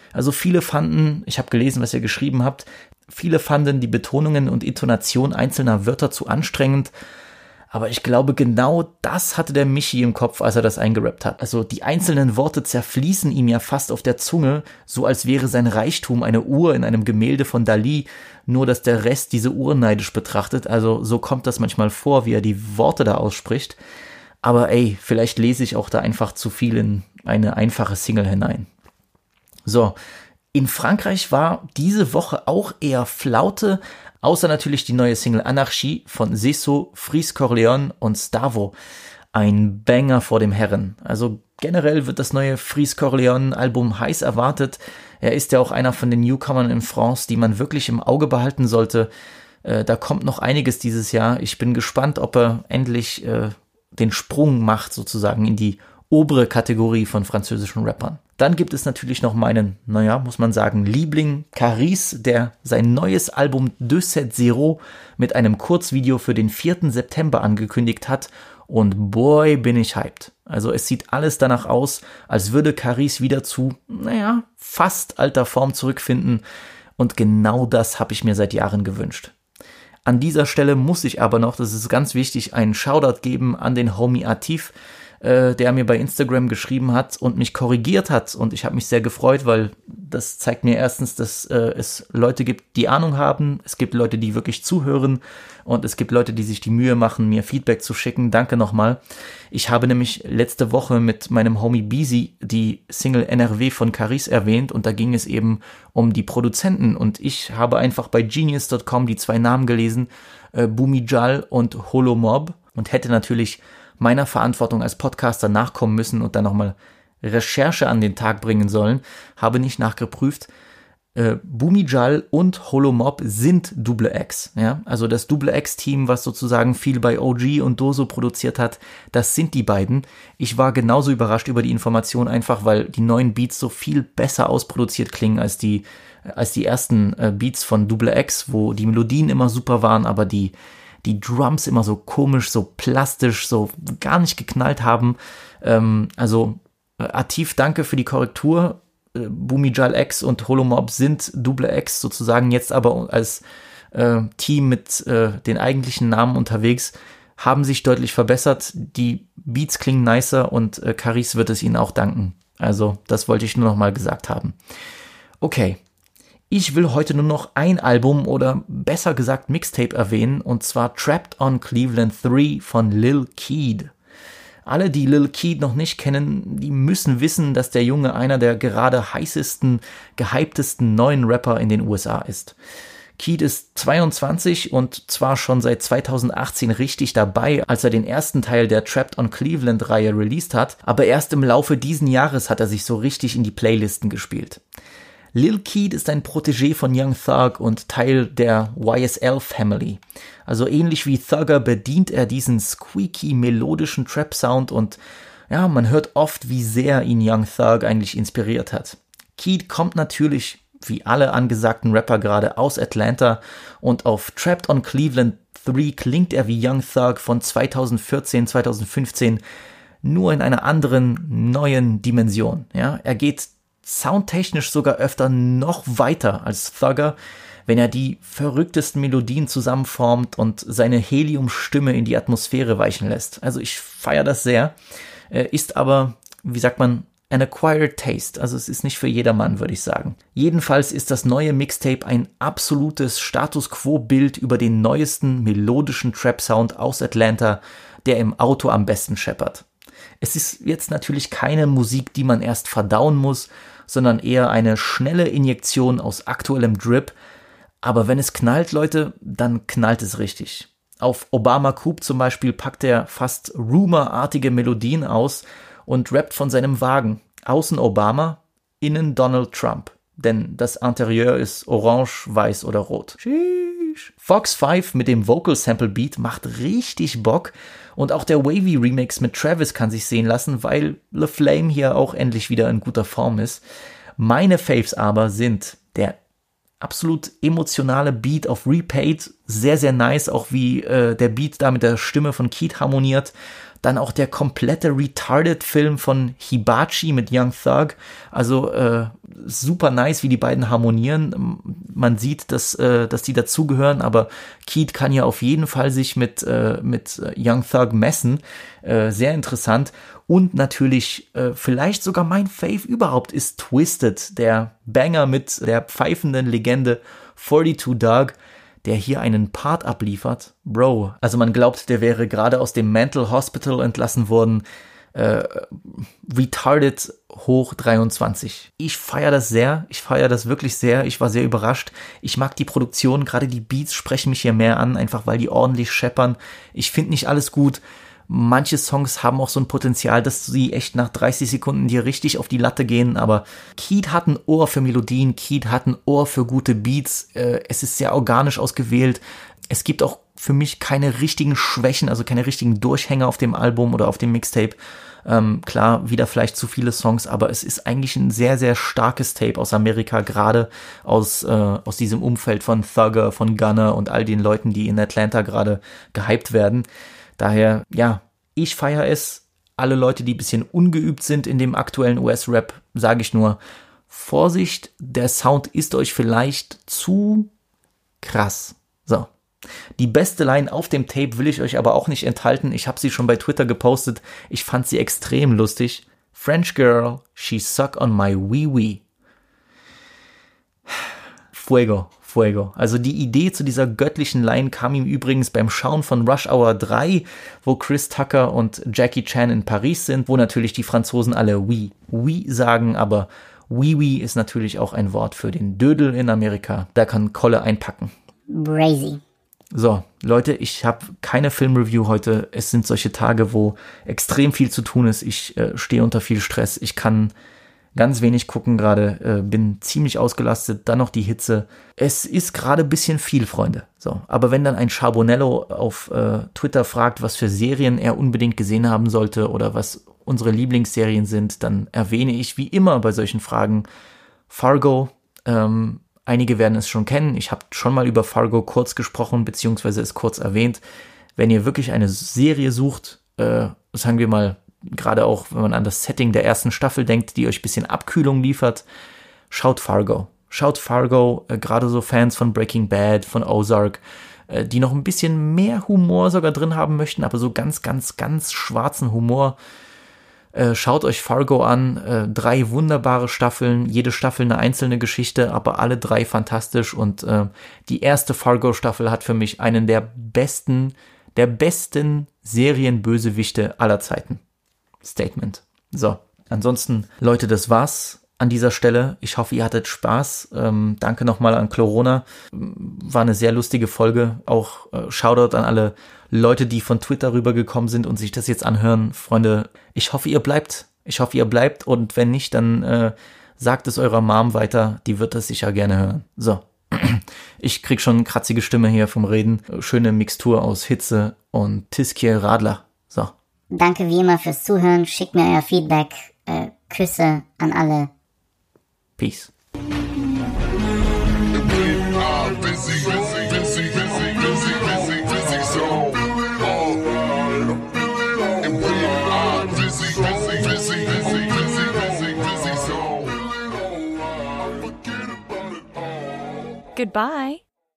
Also viele fanden, ich habe gelesen, was ihr geschrieben habt, viele fanden die Betonungen und Intonation einzelner Wörter zu anstrengend. Aber ich glaube, genau das hatte der Michi im Kopf, als er das eingerappt hat. Also die einzelnen Worte zerfließen ihm ja fast auf der Zunge, so als wäre sein Reichtum eine Uhr in einem Gemälde von Dali, nur dass der Rest diese Uhr neidisch betrachtet. Also so kommt das manchmal vor, wie er die Worte da ausspricht. Aber ey, vielleicht lese ich auch da einfach zu viel in eine einfache Single hinein. So, in Frankreich war diese Woche auch eher Flaute, außer natürlich die neue Single Anarchie von Sesso, Freeze Corleone und Stavo. Ein Banger vor dem Herren. Also generell wird das neue Freeze Corleone Album heiß erwartet. Er ist ja auch einer von den Newcomern in France, die man wirklich im Auge behalten sollte. Da kommt noch einiges dieses Jahr. Ich bin gespannt, ob er endlich den Sprung macht sozusagen in die obere Kategorie von französischen Rappern. Dann gibt es natürlich noch meinen, muss man sagen, Liebling Caris, der sein neues Album 270 mit einem Kurzvideo für den 4. September angekündigt hat und boy, bin ich hyped. Also es sieht alles danach aus, als würde Caris wieder zu, fast alter Form zurückfinden und genau das habe ich mir seit Jahren gewünscht. An dieser Stelle muss ich aber noch, das ist ganz wichtig, einen Shoutout geben an den Homie Atif, der mir bei Instagram geschrieben hat und mich korrigiert hat und ich habe mich sehr gefreut, weil das zeigt mir erstens, dass es Leute gibt, die Ahnung haben, es gibt Leute, die wirklich zuhören und es gibt Leute, die sich die Mühe machen, mir Feedback zu schicken. Danke nochmal. Ich habe nämlich letzte Woche mit meinem Homie Beezy die Single NRW von Caris erwähnt und da ging es eben um die Produzenten und ich habe einfach bei Genius.com die 2 Namen gelesen, Bumijal und Holomob und hätte natürlich meiner Verantwortung als Podcaster nachkommen müssen und dann nochmal Recherche an den Tag bringen sollen, habe nicht nachgeprüft. Bumijal und Holomob sind Double X. Ja? Also das Double X-Team, was sozusagen viel bei OG und Doso produziert hat, das sind die beiden. Ich war genauso überrascht über die Information, einfach weil die neuen Beats so viel besser ausproduziert klingen als die ersten Beats von Double X, wo die Melodien immer super waren, aber die Drums immer so komisch, so plastisch, so gar nicht geknallt haben. Atif, danke für die Korrektur. Bumijal X und Holomob sind Double X sozusagen, jetzt aber als Team mit den eigentlichen Namen unterwegs, haben sich deutlich verbessert. Die Beats klingen nicer und Caris wird es ihnen auch danken. Also das wollte ich nur noch mal gesagt haben. Okay. Ich will heute nur noch ein Album oder besser gesagt Mixtape erwähnen und zwar Trapped on Cleveland 3 von Lil Keed. Alle, die Lil Keed noch nicht kennen, die müssen wissen, dass der Junge einer der gerade heißesten, gehyptesten neuen Rapper in den USA ist. Keed ist 22 und zwar schon seit 2018 richtig dabei, als er den ersten Teil der Trapped on Cleveland-Reihe released hat, aber erst im Laufe diesen Jahres hat er sich so richtig in die Playlisten gespielt. Lil Keed ist ein Protégé von Young Thug und Teil der YSL Family. Also ähnlich wie Thugger bedient er diesen squeaky, melodischen Trap-Sound und man hört oft, wie sehr ihn Young Thug eigentlich inspiriert hat. Keed kommt natürlich, wie alle angesagten Rapper gerade, aus Atlanta und auf Trapped on Cleveland 3 klingt er wie Young Thug von 2014, 2015, nur in einer anderen, neuen Dimension. Ja? Er geht soundtechnisch sogar öfter noch weiter als Thugger, wenn er die verrücktesten Melodien zusammenformt und seine Heliumstimme in die Atmosphäre weichen lässt. Also ich feiere das sehr, ist aber, wie sagt man, an acquired taste, also es ist nicht für jedermann, würde ich sagen. Jedenfalls ist das neue Mixtape ein absolutes Status-Quo-Bild über den neuesten melodischen Trap-Sound aus Atlanta, der im Auto am besten scheppert. Es ist jetzt natürlich keine Musik, die man erst verdauen muss, sondern eher eine schnelle Injektion aus aktuellem Drip. Aber wenn es knallt, Leute, dann knallt es richtig. Auf Obama Coupe zum Beispiel packt er fast Rumor-artige Melodien aus und rappt von seinem Wagen. Außen Obama, innen Donald Trump. Denn das Interieur ist orange, weiß oder rot. Sheesh. Fox 5 mit dem Vocal Sample Beat macht richtig Bock. Und auch der Wavy Remix mit Travis kann sich sehen lassen, weil Le Flame hier auch endlich wieder in guter Form ist. Meine Faves aber sind der absolut emotionale Beat auf Repaid, sehr, sehr nice, auch wie der Beat da mit der Stimme von Keed harmoniert. Dann auch der komplette Retarded-Film von Hibachi mit Young Thug. Also super nice, wie die beiden harmonieren. Man sieht, dass die dazugehören, aber Keith kann ja auf jeden Fall sich mit Young Thug messen. Sehr interessant. Und natürlich vielleicht sogar mein Fave überhaupt ist Twisted, der Banger mit der pfeifenden Legende 42 Dugg, der hier einen Part abliefert. Bro, also man glaubt, der wäre gerade aus dem Mental Hospital entlassen worden. Retarded hoch 23. Ich feiere das sehr. Ich feiere das wirklich sehr. Ich war sehr überrascht. Ich mag die Produktion. Gerade die Beats sprechen mich hier mehr an, einfach weil die ordentlich scheppern. Ich finde nicht alles gut. Manche Songs haben auch so ein Potenzial, dass sie echt nach 30 Sekunden dir richtig auf die Latte gehen, aber Keith hat ein Ohr für Melodien, Keith hat ein Ohr für gute Beats, es ist sehr organisch ausgewählt, es gibt auch für mich keine richtigen Schwächen, also keine richtigen Durchhänger auf dem Album oder auf dem Mixtape. Klar, wieder vielleicht zu viele Songs, aber es ist eigentlich ein sehr, sehr starkes Tape aus Amerika, gerade aus diesem Umfeld von Thugger, von Gunna und all den Leuten, die in Atlanta gerade gehypt werden. Daher, ja, ich feiere es. Alle Leute, die ein bisschen ungeübt sind in dem aktuellen US-Rap, sage ich nur, Vorsicht, der Sound ist euch vielleicht zu krass. So. Die beste Line auf dem Tape will ich euch aber auch nicht enthalten. Ich habe sie schon bei Twitter gepostet. Ich fand sie extrem lustig. French girl, she suck on my wee-wee. Fuego. Also die Idee zu dieser göttlichen Line kam ihm übrigens beim Schauen von Rush Hour 3, wo Chris Tucker und Jackie Chan in Paris sind, wo natürlich die Franzosen alle oui sagen, aber oui ist natürlich auch ein Wort für den Dödel in Amerika. Da kann Kolle einpacken. Brazy. So, Leute, ich habe keine Filmreview heute. Es sind solche Tage, wo extrem viel zu tun ist. Ich stehe unter viel Stress. Ich kann ganz wenig gucken gerade, bin ziemlich ausgelastet, dann noch die Hitze. Es ist gerade ein bisschen viel, Freunde. So, aber wenn dann ein Charbonello auf Twitter fragt, was für Serien er unbedingt gesehen haben sollte oder was unsere Lieblingsserien sind, dann erwähne ich wie immer bei solchen Fragen Fargo. Einige werden es schon kennen. Ich habe schon mal über Fargo kurz gesprochen, beziehungsweise es kurz erwähnt. Wenn ihr wirklich eine Serie sucht, sagen wir mal, gerade auch, wenn man an das Setting der ersten Staffel denkt, die euch ein bisschen Abkühlung liefert, schaut Fargo. Gerade so Fans von Breaking Bad, von Ozark, die noch ein bisschen mehr Humor sogar drin haben möchten, aber so ganz, ganz, ganz schwarzen Humor. Schaut euch Fargo an. 3 wunderbare Staffeln, jede Staffel eine einzelne Geschichte, aber alle 3 fantastisch. Und die erste Fargo-Staffel hat für mich einen der besten Serienbösewichte aller Zeiten. Statement. So, ansonsten, Leute, das war's an dieser Stelle. Ich hoffe, ihr hattet Spaß. Danke nochmal an Chlorona. War eine sehr lustige Folge. Auch Shoutout an alle Leute, die von Twitter rübergekommen sind und sich das jetzt anhören. Freunde, ich hoffe, ihr bleibt. Und wenn nicht, dann sagt es eurer Mom weiter. Die wird das sicher gerne hören. So. Ich krieg schon eine kratzige Stimme hier vom Reden. Schöne Mixtur aus Hitze und Tiskir Radler. So. Danke wie immer fürs Zuhören. Schickt mir euer Feedback. Küsse an alle. Peace. Goodbye.